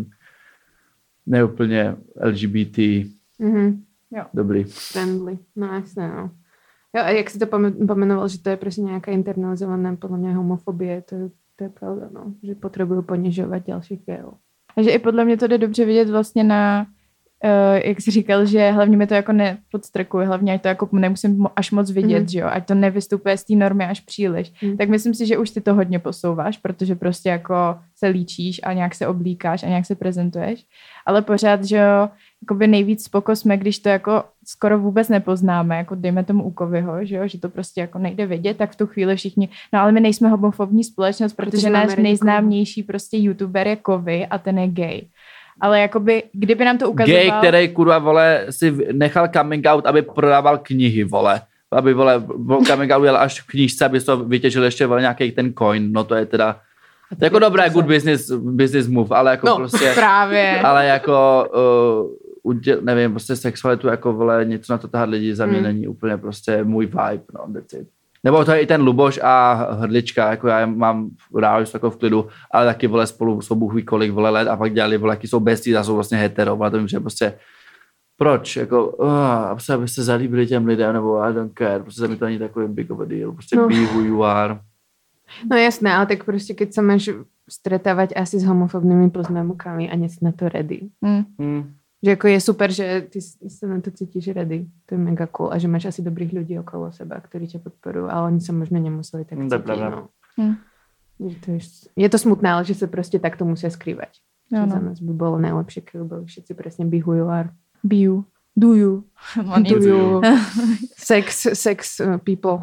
neúplně L G B T mm-hmm. dobrý. Friendly, no jasně, no. Jo, a jak si to pomenoval, že to je prostě nějaká internalizovaná podle mě homofobie, to, to je pravda, no, že potřebuju ponižovat dalších gayů. A že i podle mě to jde dobře vidět vlastně na, uh, jak jsi říkal, že hlavně mi to jako nepodstrkuje, hlavně ať to jako nemusím až moc vidět, mm. že jo, ať to nevystupuje z té normy až příliš. Mm. Tak myslím si, že už ty to hodně posouváš, protože prostě jako se líčíš a nějak se oblíkáš a nějak se prezentuješ, ale pořád, že jo, jakoby nejvíc spoko jsme, když to jako skoro vůbec nepoznáme, jako dejme tomu u Kovyho, že jo, že to prostě jako nejde vidět, tak v tu chvíli všichni, no ale my nejsme homofobní společnost, protože, protože náš nejznámější prostě youtuber je Kovy a ten je gay. Ale jakoby, kdyby nám to ukazoval... Gay, který kurva, vole, si nechal coming out, aby prodával knihy, vole. Aby, vole, coming out jel až v knížce, aby to vytěžil ještě, vole, nějaký ten coin, no to je teda... To je jako dobré, good business, business move, ale jako no, prostě... právě. Ale jako... Uh, Uděl, nevím, prostě sexualitu jako vole, něco na to tahat lidi za mě mm. není úplně prostě můj vibe, no, that's it. Nebo to je i ten Luboš a Hrdlička, jako já mám rád, že jsou jako v klidu, ale taky vole spolu jsou bůh ví kolik vole let a pak dělali vole, jaký jsou bestii a jsou vlastně hetero, ale to vím, že prostě proč, jako, uh, prostě aby se zalíbili těm lidem, nebo I don't care, prostě za mě to není takový big of a deal, prostě no. Be who you are. No jasné, ale tak prostě keď sa máš stretávať asi s homofobnými poznámkami a nie si na to ready. Mm. Mm. Že jako je super, že ty se na to cítíš ready. To je mega cool. A že máš asi dobrých lidí okolo seba, ktorí ťa podporujú, ale oni sa možno nemuseli tak cítiť. No. Hmm. To je, je to smutné, ale že sa prostě takto musia skrývať. No, no. Za nás by bolo najlepšie, keby boli všetci presne be who you are. Be you. Do you. Do you. Sex, sex uh, people.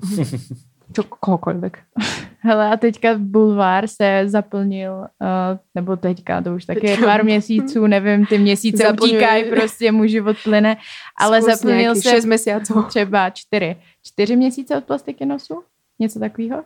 Čo, kohokoliv. Hele, a teďka Bulvár se zaplnil, uh, nebo teďka, to už taky je pár měsíců, nevím, ty měsíce Zaplňuji. utíkají, prostě můj život plyne, ale Zkus zaplnil se šest měsíců. Třeba čtyři. Čtyři měsíce od plastiky nosu? Něco takového?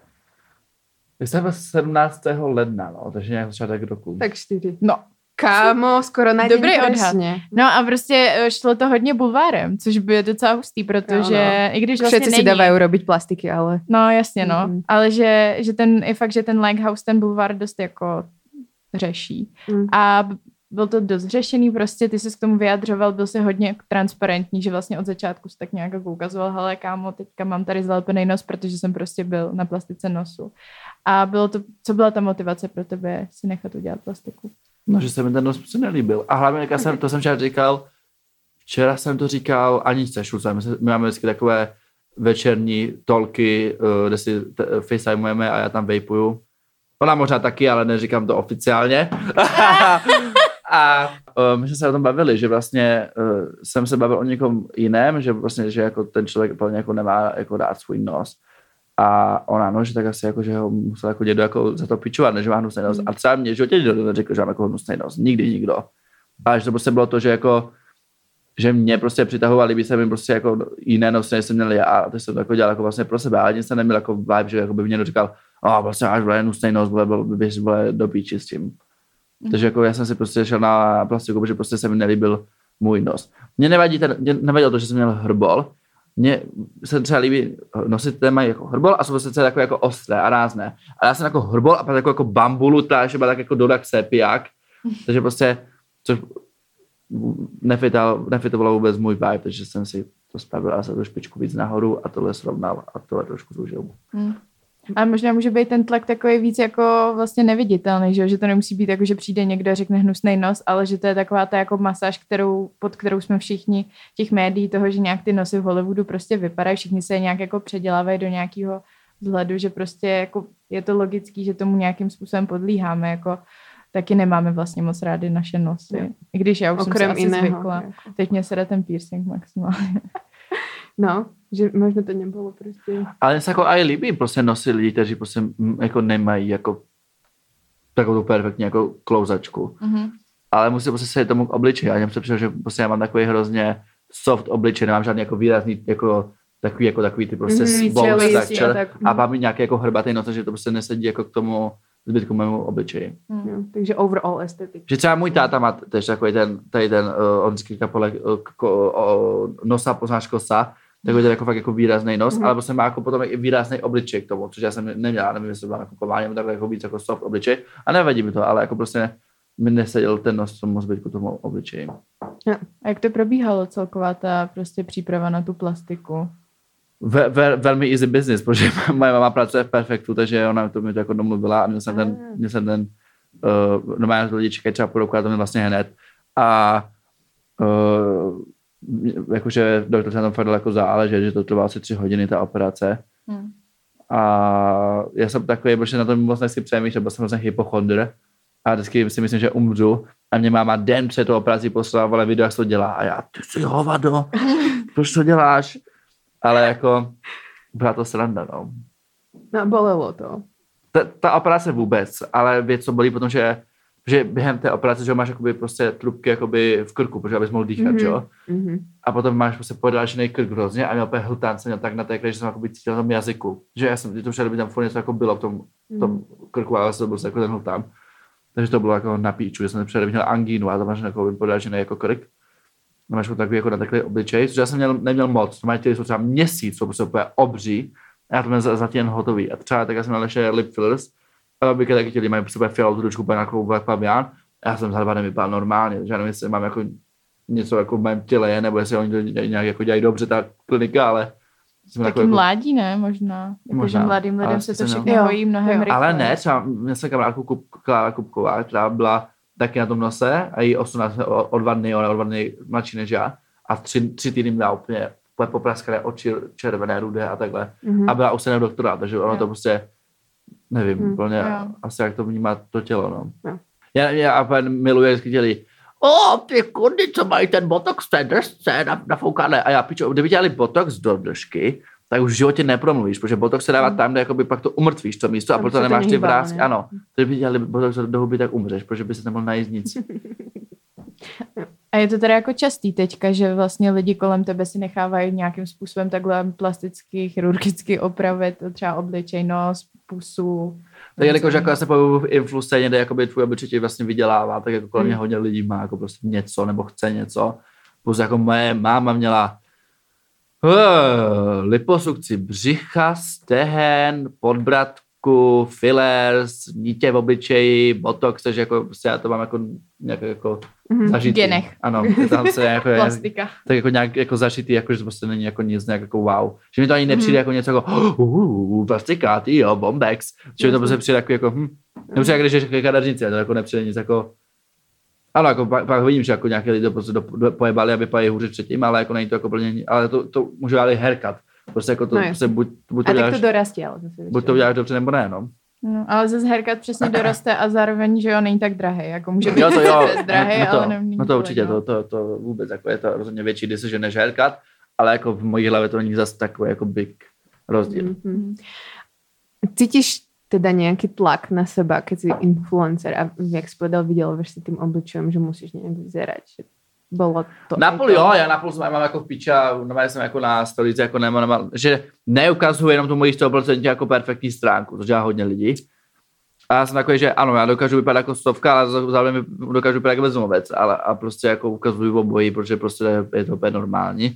Jsem sedmnáctého ledna, no, takže nějak začátek roku. Tak čtyři. No. Kámo, skoro na Dobrý odhad. No a prostě šlo to hodně Bulvárem, což by je docela hustý, protože no. i když vlastně Všetci není... si dávají robiť plastiky, ale... No jasně, no. Mm. Ale že, že ten, je fakt, že ten Lighthouse, ten Bulvár dost jako řeší. Mm. A byl to dost řešený, prostě ty jsi k tomu vyjadřoval, byl jsi hodně transparentní, že vlastně od začátku jsi tak nějak jako ukazoval, hele kámo, teďka mám tady zalepený nos, protože jsem prostě byl na plastice nosu. A bylo to, co byla ta motivace pro tebe si nechat udělat plastiku? No, že se mi ten nos prostě nelíbil. A hlavně, jak jsem, to jsem včera říkal, včera jsem to říkal Aničce Šulce. My, my máme vždycky takové večerní tolky, kde si facetimujeme a já tam vejpuju. Ona možná taky, ale neříkám to oficiálně. A uh, my jsme se o tom bavili, že vlastně uh, jsem se bavil o někom jiném, že vlastně, že jako ten člověk plně jako nemá jako dát svůj nos. A ona, no, že tak asi jako, že ho musel jako dědo jako za to pičovat, než má hnusný nos. A třeba mě, že dědo neřekl, že mám jako hnusný nos. Nikdy nikdo. A že to prostě bylo to, že jako, že mě prostě přitahovali, líbí se mi prostě jako jiné nosy, než jsem měl já. A to jsem to jako dělal jako vlastně pro sebe. Ale nic jsem neměl jako vibe, že jako by mě někdo říkal, a oh, vlastně máš hnusný nos, bys do píči s tím. Mm. Takže jako já jsem si prostě šel na plastiku, protože prostě se mi nelíbil můj nos. Mně nevadí, ten, mě nevadilo to, že jsem měl hrbol. Mně se třeba líbí nosit, které mají jako hrbol a jsou prostě takové jako ostré a rázné. A já jsem jako hrbol a pak jako, jako bambulu, ta že byla tak jako dodak sepiák. Takže prostě, což nefitovalo vůbec můj vibe, takže jsem si to spravil a jsem tu špičku víc nahoru a tohle srovnal a tohle trošku zúžil. Hmm. A možná může být ten tlak takový víc jako vlastně neviditelný, že, že to nemusí být jako, že přijde někdo a řekne hnusnej nos, ale že to je taková ta jako masáž, kterou, pod kterou jsme všichni těch médií toho, že nějak ty nosy v Hollywoodu prostě vypadají, všichni se nějak jako předělávají do nějakého vzhledu, že prostě jako je to logický, že tomu nějakým způsobem podlíháme, jako taky nemáme vlastně moc rády naše nosy. I když já už Okrem jsem se asi jiného, zvykla. Jako. Teď mě sede ten piercing maximálně. No, že možná to nebylo prostě. Ale se jako aj líbí prostě nosy lidí, kteří prostě jako nemají jako takovou tu perfektní jako klouzačku. Mm-hmm. Ale musí prostě se tomu obličeji. A já jsem přišel, že prostě já mám takový hrozně soft obličej, nemám žádný jako výrazný jako takový jako takový ty prostě mm-hmm, bone structure tak, a mám nějaký jako hrbatý nos, že to prostě nesedí jako k tomu zbytku mému obličeji. Mm. Jo, takže overall estetik. Že třeba můj táta má tež takový ten, tady ten, uh, on vždycky podle uh, uh, nosa poznáš kosa, takový ten jako fakt jako výrazný nos, mm. ale prostě má jako potom i výrazný obličej k tomu, což já jsem neměla, nevím, jestli byla jako kováním, takhle jako víc jako soft obličej a nevadí mi to, ale jako prostě mi neseděl ten nos tomu zbytku tomu obličeji. Ja. A jak to probíhalo celková ta prostě příprava na tu plastiku? Ve, ve, velmi easy business, protože moje mama pracuje v Perfektu, takže ona to mi to jako domluvila a měl jsem ten, měl jsem ten uh, normálně lidi čekají třeba půl roku a to mě vlastně hned. A uh, jakože doktor se na tom fakt daleko záleží, že to trvalo asi tři hodiny ta operace. Hmm. A já jsem takový, protože na tom moc nechci přemýšlet, byl jsem vlastně hypochondr, A vždycky si myslím, že umřu. A mě máma den před tou operací poslala vole video, jak to dělá. A já, ty jsi hovado, proč to děláš? Ale jako, byla to sranda, no. No, bolelo to. Ta, ta operace vůbec, ale věc, co bolí potom, že, že během té operace, že máš jakoby prostě trubky jakoby v krku, protože abys mohl dýchat, mm-hmm. jo? Mm-hmm. A potom máš prostě podrážený krk hrozně a měl úplně hltán, jsem měl tak na té že jsem jakoby cítil na tom jazyku. Že já jsem, to všade by tam furt něco jako bylo v tom, v tom krku, ale to byl jako ten hltán. Takže to bylo jako na píču, že jsem předem měl angínu a to máš jako podrážený jako krk. No máš takový jako nateklý obličej, což já jsem měl, neměl moc, to máš těli jsou třeba měsíc, jsou prostě úplně obří. A já to měl zatím jen hotový. A třeba tak já jsem měl ještě lip fillers, ale obvykle taky těli mají prostě fialovou ručku úplně jako Black Pavian. A já jsem za dva dny vypadal normálně, takže já nevím, jestli mám jako něco jako v mém těle, nebo jestli oni to nějak jako dělají dobře, ta klinika, ale... Taky jako, mládí, ne? Možná. Jakože mladým lidem se to všechno hojí mnohem rychle. Ale ne, třeba měl jsem kamarádku Kup, Klára Kupková, která byla taky na tom nose a jí osmnáct o, o dva dny, ona o dva dny mladší než já. A tři, tři týdny měla úplně, úplně popraskané oči, červené, rudé a takhle. Mm-hmm. A byla u syna doktora, takže ono jo. to prostě, nevím, mm, úplně jo. asi jak to vnímá to tělo, no. Jo. Já, já miluji, vždycky dělí, o, ty kurdy, co mají ten botox v té držce nafoukané. A já piču, kdyby dělali botox do držky, tak už v životě nepromluvíš, protože botox se dává tam, kde jakoby pak to umrtvíš to místo a proto nemáš ty vrásky. Ano, kdyby dělali botox do huby, tak umřeš, protože by se nemohl najít nic. A je to teda jako častý teďka, že vlastně lidi kolem tebe si nechávají nějakým způsobem takhle plasticky, chirurgicky opravit třeba obličej, nos, pusu. Tak jelikož jako já se pohybuju v influscéně, kde jakoby tvůj obličej ti vlastně vydělává, tak jako kolem mě hodně lidí má jako prostě něco nebo chce něco. Plus jako moje máma měla uh, liposukci břicha, stehen, podbradku, fillers, nítě v obličeji, botox, takže jako prostě já to mám jako nějak jako mm-hmm. zažitý. Genech. Ano, je tam se jako plastika. Tak jako nějak jako zažitý, jako že to prostě není jako nic nějak jako wow. Že mi to ani nepřijde mm-hmm. jako něco jako uh, plastika, ty jo, bombex. Že mi to prostě přijde jako jako hm. Nebo třeba když je kadeřnice, to jako nepřijde nic jako ano, jako pak, pak vidím, že jako nějaké lidi to prostě do, do, pojebali a vypadají hůře předtím, ale jako není to jako plně, ale to, to může být haircut. Prostě jako to, no prostě buď, buď to a děláš, tak to dorastí, ale zase buď to uděláš dobře, nebo ne, no. No, ale zase haircut přesně doroste a zároveň, že jo, není tak drahý, jako může být jo, to jo, drahý, no to, ale není no to určitě, to, to, to vůbec, jako je to rozhodně větší decision než haircut, ale jako v mojí hlavě to není zase takový jako big rozdíl. Mm-hmm. Cítíš teda nějaký tlak na seba, keď si influencer a jak jsi povedal, vyděláváš si tím obličejem, že musíš nějak vyzerať, že bylo to. Napůl jo, já napůl jsem mám jako v piča, normálně jsem jako na stolici, jako nemám, že neukazuji jenom tu moji sto procent jako perfektní stránku, to dělá hodně lidí. A já jsem takový, že ano, já dokážu vypadat jako stovka, ale zároveň dokážu vypadat jako bezdomovec, ale a prostě jako ukazuju obojí, protože prostě je to úplně normální.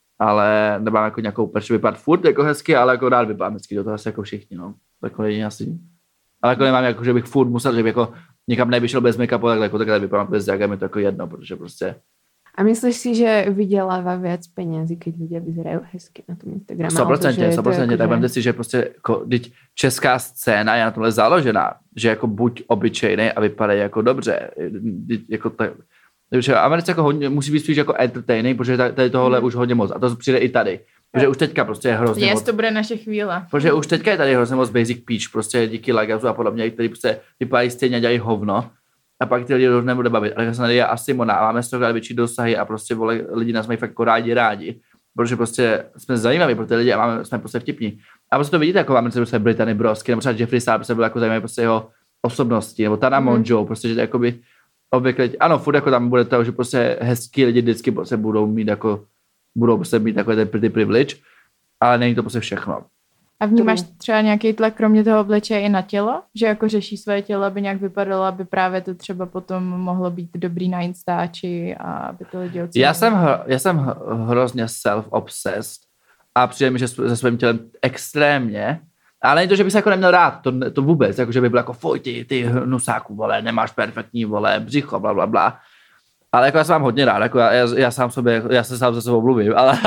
Ale nemám jako nějakou perši vypadat furt jako hezky, ale jako rád vypadám hezky, to to asi jako všichni, no. Takhle je asi. Ale jako nemám jako, že bych furt musel, že bych jako někam nevyšel bez make-upu, takhle jako takhle vypadám bez jak mi to jako jedno, protože prostě. A myslíš si, že vydělává víc penězí, když lidé vyzerají hezky na tom Instagramu? sto procent, sto procent, tak vemte si, že prostě jako, česká scéna je na tohle založená, že jako buď obyčejný a vypadají jako dobře, jako tak. Takže Americe jako hodně, musí být spíš jako entertaining, protože tady tohohle mm. už hodně moc. A to přijde i tady. Protože už teďka prostě je hrozně yes, moc. to bude naše chvíle. Protože už teďka je tady hrozně moc basic peach, prostě díky Lagazu a podobně, který prostě vypadají stejně a dělají hovno. A pak ty lidi už nebude bavit. Ale já jsem a Simona a máme z toho větší dosahy a prostě vole, lidi nás mají fakt jako rádi rádi. Protože prostě jsme zajímaví pro ty lidi a máme, jsme prostě vtipní. A prostě to vidíte, jako máme prostě Brittany Brosky, nebo třeba Jeffree Star, prostě byl jako zajímavý prostě jeho osobnosti, nebo Tana mm. Mongeau, prostě že to jakoby obvykle, ano, furt jako tam bude to, že prostě hezký lidi vždycky se budou mít jako, budou prostě mít takový ten pretty privilege, ale není to prostě všechno. A vnímáš třeba nějaký tlak kromě toho obličeje i na tělo? Že jako řeší své tělo, aby nějak vypadalo, aby právě to třeba potom mohlo být dobrý na Instači a aby to lidi ocenili? Já jsem, já jsem hrozně self-obsessed a přijde mi, že se svým tělem extrémně. Ale není to, že bych se jako neměl rád, to, to vůbec, jako že by byl jako fuj, ty, ty hnusáku, vole, nemáš perfektní, vole, břicho, bla, bla, bla. Ale jako já se mám hodně rád, jako já, já, já sám sobě, já se sám se sebou mluvím, ale...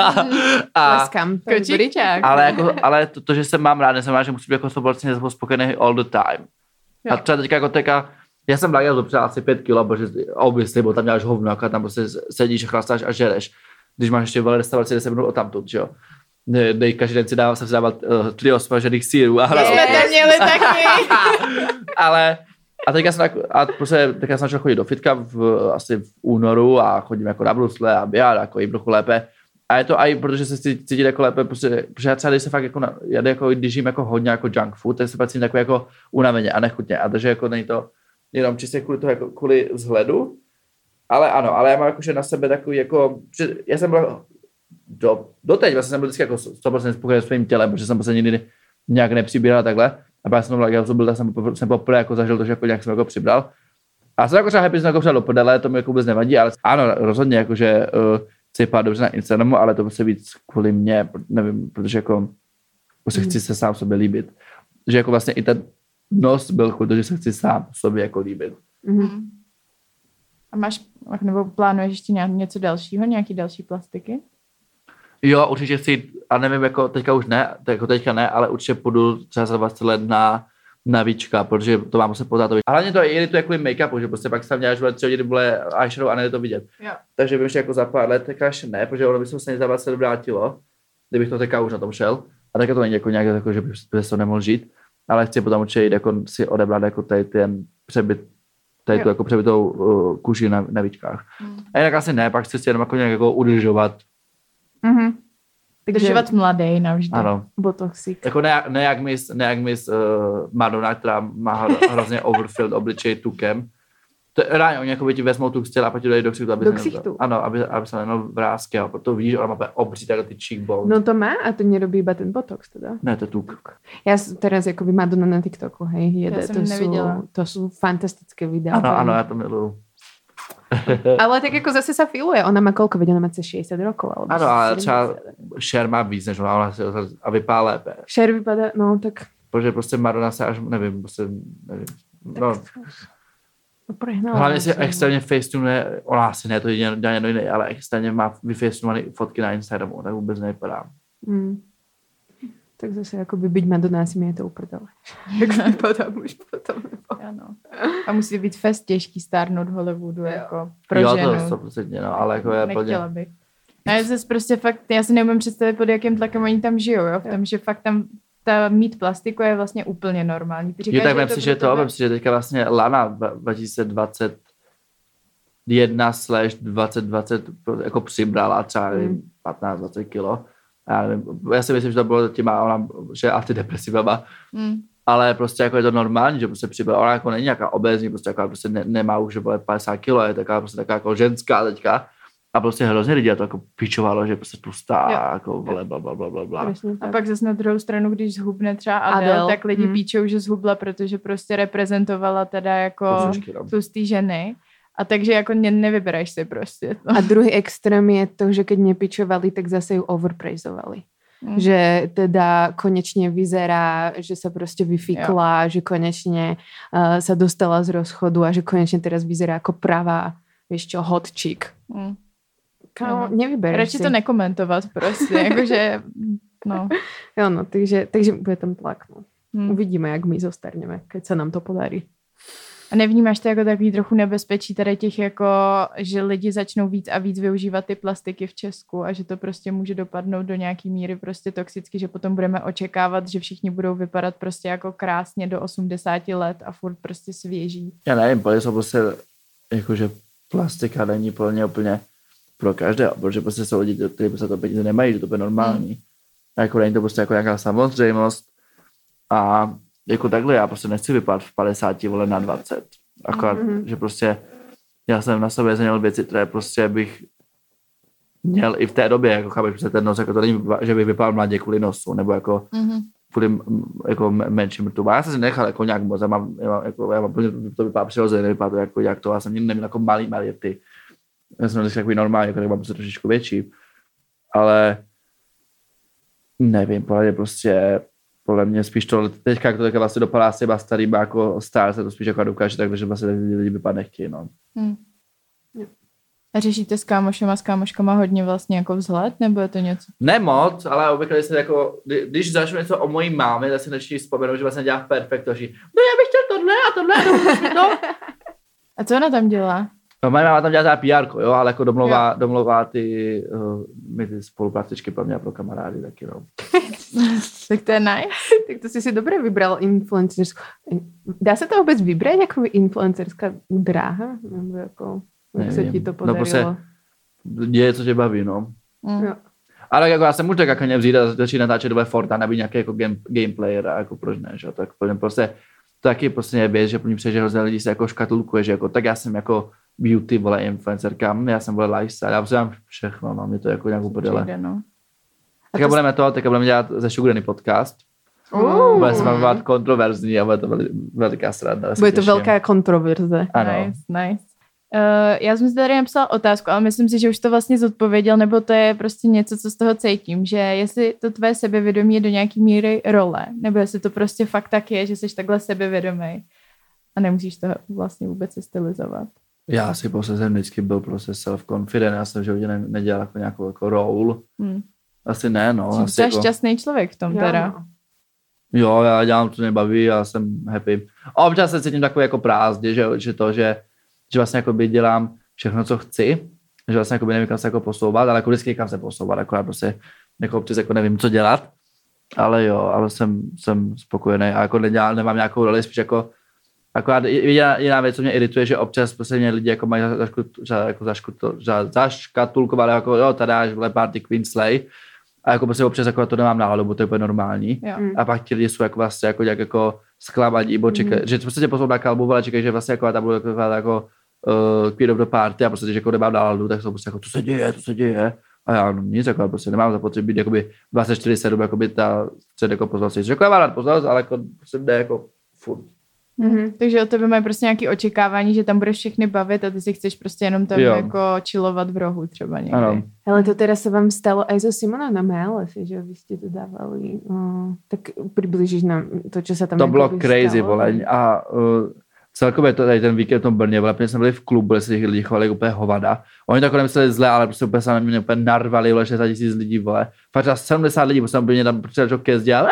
A, Leskám, to je ale, jako, ale to, to, že se mám rád, neznamená, že musím být jako sto procent spokojený all the time. Jo. A třeba teďka jako teďka, já jsem Laga zopřel asi pět kilo, protože obviously, bo tam děláš hovno, jako tam prostě sedíš, chlastáš a žereš. Když máš ještě vole restauraci, kde se mnou odtamtud, že jo. Dej, každý den si dával, jsem si dával uh, trio smažených sýrů. A jsme to měli taky. ale, A teďka jsem, a prostě, teďka jsem začal chodit do fitka v, asi v únoru a chodím jako na brusle a běhat, jako jim trochu lépe. A je to i protože se chci cítit jako lépe, prostě, protože já třeba když se fakt jako, jde jako, když jim jako hodně jako junk food, tak se pak cítím takový jako unaveně a nechutně. A takže jako není to jenom čistě kvůli toho, jako kvůli vzhledu, ale ano, ale já mám jakože na sebe takový jako, že já jsem byl do, doteď vlastně jsem byl vždycky jako sto procent spokojený s svým tělem, protože jsem prostě nikdy nějak nepřibíral takhle. A pak jsem to jak byl, tak jsem, jsem poprvé jako zažil to, že jako nějak jsem jako přibral. A jsem jako třeba happy, jsem jako přijel do prdele, to mi jako vůbec nevadí, ale ano, rozhodně jakože uh, chci vypadat dobře na Instagramu, ale to prostě víc kvůli mě, nevím, protože jako prostě chci se sám sobě líbit. Že jako vlastně i ten nos byl kvůli, že se chci sám sobě jako líbit. Mm-hmm. A máš, nebo plánuješ ještě něco dalšího, nějaký další plastiky? Jo, určitě chci, a nevím, jako teďka už ne, jako teďka ne, ale určitě půjdu třeba za dvacet let na, na víčka, protože to mám se pořád. A hlavně to je to jako make-upu, že prostě pak se tam děláš tři hodiny bude eyeshadow a nejde to vidět. Jo. Takže vím, že jako za pár let teďka ještě ne, protože ono by se vlastně za dvacet let vrátilo, kdybych to teďka už na tom šel. A teďka to není jako nějak, jako, že bych to nemohl žít, ale chci potom určitě jít jako si odebrat jako tady ten přebyt, tady tu jako přebytou uh, kůži na, na víčkách. Hmm. A jinak asi ne, pak chci si jenom jako nějak jako udržovat. Mhm. Držovat mladej navždy. Ano. Botoxik. Jako ne, ne jak mis, ne jak mis uh, Madonna, která má hrozně overfilled obličej tukem. To je ráně, oni jako by ti vezmou tuk stěl a pak ti dají do ksichtu, aby do se ksichtu. Ano, aby, aby se neměl vrásky, a to vidíš, ona má obří takhle ty cheekbones. No to má a to nerobí iba ten botox teda. Ne, to je tuk. Já teraz jakoby Madonna na TikToku, hej, jede. Já jsem to neviděla. Sú, to sú fantastické videa. Ano, ano, já to miluju. Ale tak jako zase sa filuje. Ona má koľko, veď ona má cez šesťdesiat rokov. Alebo ano, ale třeba sedemdesiat. Cher má víc, než ona si a vypadá lépe. Cher vypadá, no tak... Protože prostě Madonna se až, nevím, prostě, nevím. No. Prehnala. Hlavně si extrémně facetunuje, ona asi ne, to dělá někdo jiný, ale extrémně má vyfacetunované fotky na Instagramu, tak vůbec nevypadá. Hmm. Tak zase jakoby byť Madonna si mi je to uprdele. Jak vypadám už potom. Ano. A musí být fest těžký stárnout v Hollywoodu, jako pro jo, ženu. Jo, to sto procent, no, ale jako je plně. Nechtěla bych. No, já zase prostě fakt, já si neumím představit, pod jakým tlakem oni tam žijou, jo, v tom, že fakt tam ta mít plastiku je vlastně úplně normální. Ty říkáš, jo, tak vem že si, že to, vem si, že teďka vlastně Lana dva tisíce dvacet jedna slash dvacet dvacet jako přibrala třeba mm. patnáct dvacet kilo. Já, nevím, já si myslím, že to bylo těma, ona, že antidepresivama, mm. ale prostě jako je to normální, že prostě přibrala, ona jako není nějaká obézní, prostě jako prostě ne, nemá už, že bude padesát kilo, je taková prostě taková jako ženská teďka. A prostě hrozně lidí to jako pičovalo, že prostě tlustá, jako vole, bla, bla, bla, bla, bla. A pak zase na druhou stranu, když zhubne třeba Adele, Adele. tak lidi hmm. píčou, že zhubla, protože prostě reprezentovala teda jako tlustý ženy. A takže jako ne, nevyberáš si prostě. To. A druhý extrém je to, že keď nepičovali, tak zase ju overpraisovali. Hmm. Že teda konečne vyzerá, že sa proste vyfikla, jo. že konečne uh, sa dostala z rozchodu a že konečne teraz vyzerá ako pravá, vieš čo, hot chick. Hmm. Kámo, nevybereš radši si. To nekomentovat prostě, jakože, no. Jo, no, takže, takže bude tam tlak, no. Hmm. Uvidíme, jak my zostarneme, keď se nám to podarí. A nevnímáš to jako takový trochu nebezpečí tady těch jako, že lidi začnou víc a víc využívat ty plastiky v Česku a že to prostě může dopadnout do nějaký míry prostě toxicky, že potom budeme očekávat, že všichni budou vypadat prostě jako krásně do osmdesáti let a furt prostě svěží. Já nevím, protože jsou prostě, jakože plastika není pro ně úplně pro každého, protože prostě jsou lidi, kteří prostě to peníze nemají, že to bude normální. Hmm. A jako není to prostě jako nějaká samozřejmost. A jako takhle já prostě nechci vypadat v padesáti, vole, na dvacet. Akorát, mm-hmm. že prostě já jsem na sobě změnil věci, které prostě bych měl i v té době, jako chápeš, prostě ten nos, jako to není, že bych vypadal mladě kvůli nosu, nebo jako mm-hmm. kvůli jako menším rtům. Já jsem si nechal jako nějak moc, já mám, já mám, jako, já mám to vypadá přirozeně, nevypadá to jako jak to, já jsem neměl jako malý, malý ty. Já jsem takový normální, jako mám prostě trošičku větší. Ale nevím, podle mě prostě podle mě spíš to teďka, jak to také vlastně dopadá s těma starýma jako star, se to spíš jako dokáže tak, že vlastně lidi vypadat nechtějí, no. Hmm. A řešíte s kámošema, s kámoškama hodně vlastně jako vzhled, nebo je to něco? Ne moc, ale obvykle se jako, když začnu něco o mojí mámě, tak si nečí vzpomenu, že vlastně dělá perfektoři. No já bych chtěl tohle a tohle a tohle to. A co ona tam dělá? No, moje máma tam dělá P R, jo, ale jako domlouvá, domlouvá ty, uh, my ty spolupracečky pro mě a pro kamarády taky, no. Tak to je nice. Tak to si si dobře vybral influencerskou. Dá se to vůbec vybrat jako influencerská dráha? Nebo jako, jak se ti to podarilo? No prostě děje, co tě baví, no. Mm. Jo. Ale jako já jsem už tak jako vzít a začít natáčet do Fortnite, nabít nějaký jako game, gameplayer a jako proč ne, že? Tak prostě to taky prostě je věc, že pro mě přijde, že hrozně lidí se jako škatulkuje, že jako tak já jsem jako beauty, vole, influencerka, já jsem, vole, lifestyle, já prostě mám všechno, no, mě to jako nějak uprdele. No. Tak to budeme to, tak budeme dělat ze Sugar Danny podcast. Uh. Bude se vám bavit kontroverzní a bude to velká sranda. Bude to velká kontroverze. Ano. Nice, nice. Uh, já jsem si tady napsala otázku, ale myslím si, že už to vlastně zodpověděl, nebo to je prostě něco, co z toho cítím, že jestli to tvé sebevědomí je do nějaký míry role, nebo jestli to prostě fakt tak je, že jsi takhle sebevědomý a nemusíš to vlastně vůbec stylizovat. Já si prostě jsem vždycky byl prostě self-confident, já jsem v životě ne, nedělal jako nějakou jako role. Hmm. Asi ne, no. Jsi jako... šťastný člověk v tom já, teda. No. Jo, já dělám, co mě baví a jsem happy. A občas se cítím takový jako prázdně, že, že to, že že vlastně jako by dělám všechno, co chci, že vlastně jako by nevím, kam se jako posouvat, ale jako vždycky kam se posouvat, akorát prostě jako občas jako nevím, co dělat, ale jo, ale jsem, jsem spokojený a jako nedělám, nemám nějakou roli, spíš jako akorát jiná, jiná věc, co mě irituje, že občas prostě mě lidi jako mají jako zaškatulkovat, jako jo, tady dáš vole party Queen Slay a jako prostě občas jako to nemám náhodou, bo to je úplně normální. Jo. A pak ti lidi jsou jako vlastně jako nějak jako zklamaní, bo čekají, mm. že prostě tě poslouchá kalbu, vole, čekají, že vlastně jako ta bude jako, jako uh, Queen of the Party a prostě když jako nemám náladu, tak jsou prostě jako, co se děje, co se děje. A já no nic, jako prostě nemám zapotřebí být jakoby dvacet čtyři sedm, jakoby ta střed jako pozornost. Že jako já mám rád pozornost, ale jako prostě jde jako furt. Mm-hmm. Takže od tebe mají prostě nějaké očekávání, že tam budeš všechny bavit a ty si chceš prostě jenom tam jo. jako chillovat v rohu třeba někdy. Ano. Ale to teda se vám stalo aj so Simonou na Málese, že vy jste to dávali. Uh, tak přiblížíš nám to, co se tam to bylo crazy, vole. A uh, celkově to, tady ten víkend v tom Brně, vole, protože jsme byli v klubu, kde se těch lidí chovali úplně hovada. Oni to jako nemysleli zle, ale prostě úplně se na mě úplně narvali, vole, šedesát tisíc lidí, vole. Fakt sedmdesát lidí, protože tam Brně tam přišel kezd dělal.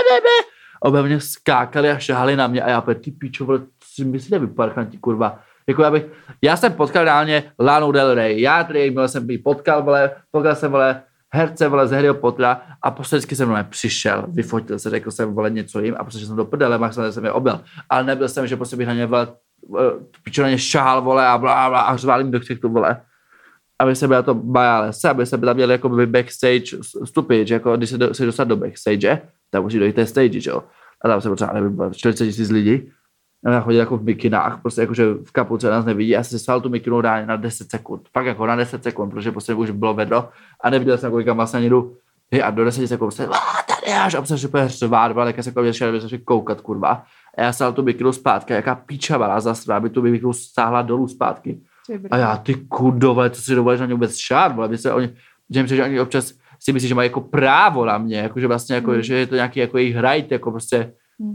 Obe mě skákali a šahali na mě a já opět, ty píčo, vole, si myslíte vyparchanti, kurva. Jako já bych, já jsem potkal reálně Lanu Del Rey, já tady měl jsem být potkal, vole, potkal jsem, vole, herce, vole, z Harryho Pottera a posledky jsem mnou přišel, vyfotil se, řekl jsem, vole, něco jim a prostě jsem do prdele, maximálně jsem je objel. Ale nebyl jsem, že prostě bych na ně, vole, píčo na ně šahal, vole, a blá, blá, a řval jim do křichtu, vole. Aby se byla to Málese, aby se tam měli jako by backstage vstupy, že jako když se, do, se dostat do backstage, tak musí dojít té stage, že jo. A tam se potřeba, nevím, čtyřicet tisíc lidí. A já chodil jako v mikinách, prostě jakože v kapuce nás nevidí. Já jsem si stál tu mikinu ráně na deset sekund. Fakt jako na deset sekund, protože prostě už bylo vedlo. A neviděl jsem, kolik vlastně jdu. Hej, a do deseti sekund prostě, tady až, a prostě úplně hřvát, tak já se jako šel, aby se koukat, kurva. A já stál tu mikinu zpátky, jaká píča zasrá, aby tu mikinu stáhla dolů zpátky. A já, ty kudové, co si dovolíš na mě vůbec šát, vole, by se oni, že jim, že oni občas si myslí, že mají jako právo na mě, jakože vlastně, jako, hmm. že je to nějaký jako jejich right, jako prostě. Hmm.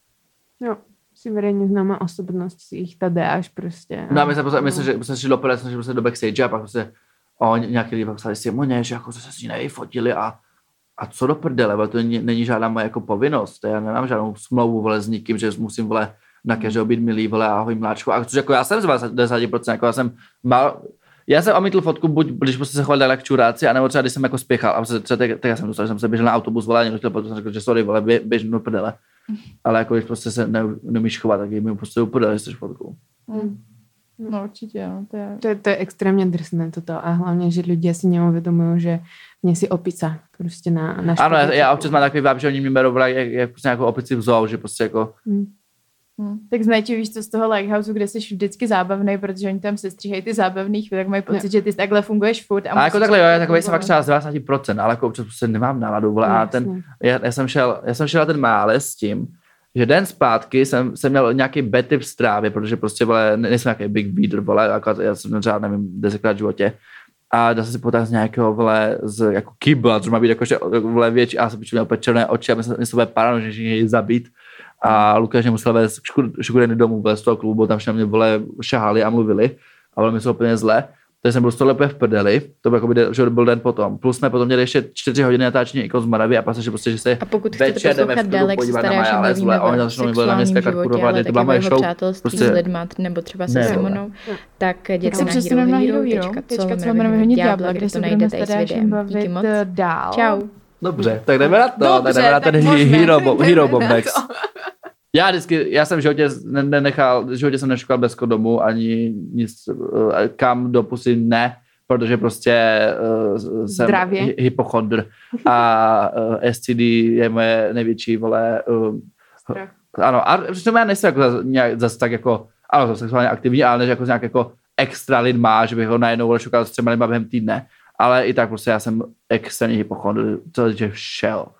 Jo, si veřejně známá osobnost, si jich tady až prostě. No a my jsme, myslím, že jsme šli do pele, jsme šli prostě do backstage a pak prostě o, nějaký lidi pak psali Simoně, že jako se s ní nevyfotili a, a co do prdele, ale to není, není žádná moje jako povinnost, já nemám žádnou smlouvu, vole, s nikým, že musím, vole, na každého být milý, vole, ahoj mláčku, a což jako já jsem z devadesát procent, jako já jsem mal, já jsem omítl fotku, buď když prostě se chovali jak čuráci, anebo třeba když jsem jako spěchal, a třeba tak, tak já jsem dostal, že jsem se běžel na autobus, vole, a někdo chtěl potom jsem řekl, že sorry, vole, bě, běž do prdele. Ale jako když prostě se ne, neumíš chovat, tak mi prostě uprdele, jsi fotku. Mm. No určitě, no, to je... To je, to je extrémně drsné toto a hlavně, že lidé si neuvědomují, že mě si opica prostě na, na ano, já, já občas mám takový váb, že oni mi berou jak, jak prostě nějakou opici v zoo, že prostě jako... Mm. Hmm. Tak značí, víš to z toho Lighthouse, kde jsi vždycky zábavný, protože oni tam se stříhají ty zábavných, tak mají pocit, no. že ty takhle funguješ furt. A, a jako takhle, jo, já takový jsem fakt třeba z devadesát procent, ale jako občas prostě nemám náladu, vole, no, a ten, já, já, jsem šel, já jsem šel na ten Máles s tím, že den zpátky jsem, jsem měl nějaký bad tip v trávě, protože prostě, vole, nejsem nějaký big beater, vole, jako já jsem třeba, nevím, desetkrát v životě. A dal jsem si potáhl z nějakého, vole, z jako kýbla, což má být jako, že, vole, větší, a já jsem pičil, měl úplně černé oči, a myslím, že jsem parano, že jej zabít. A Lukáš musel vést škureny domů z toho klubu, tam všichni mě, vole, šahali a mluvili a bylo mi se úplně zle. takže jsem byl z toho úplně v prdeli, to byl, jakoby, že byl den potom. Plus jsme potom měli ještě čtyři hodiny natáčení jako z Moravy a pak se prostě, že se a pokud chcete poslouchat dál, jak se Staráš bavíme o sexuálním životě, ale taky o jeho přátelství s lidma, nebo třeba se Simonou, tak jděte na herohero tečka co lomeno vyhonit ďábla, kde to najdete i s videem. Díky moc. Čau. Dobře, tak jdeme na to, tak jdeme na ten Hero Bombex. Já vždycky, já jsem v životě nenechal, v životě jsem nešukal bez kondomu, ani nic, kam dopustím ne, protože prostě uh, jsem hy- hypochondr a uh, S T D je moje největší, vole, uh, ano, a přitom já nejsem jako nějak, zase tak jako, ano, jsem sexuálně aktivní, ale než jako nějak jako extra lidma, že bych ho najednou vole šukal s třema lidma během týdne, ale i tak prostě já jsem extrémní hypochondr, co je všeho.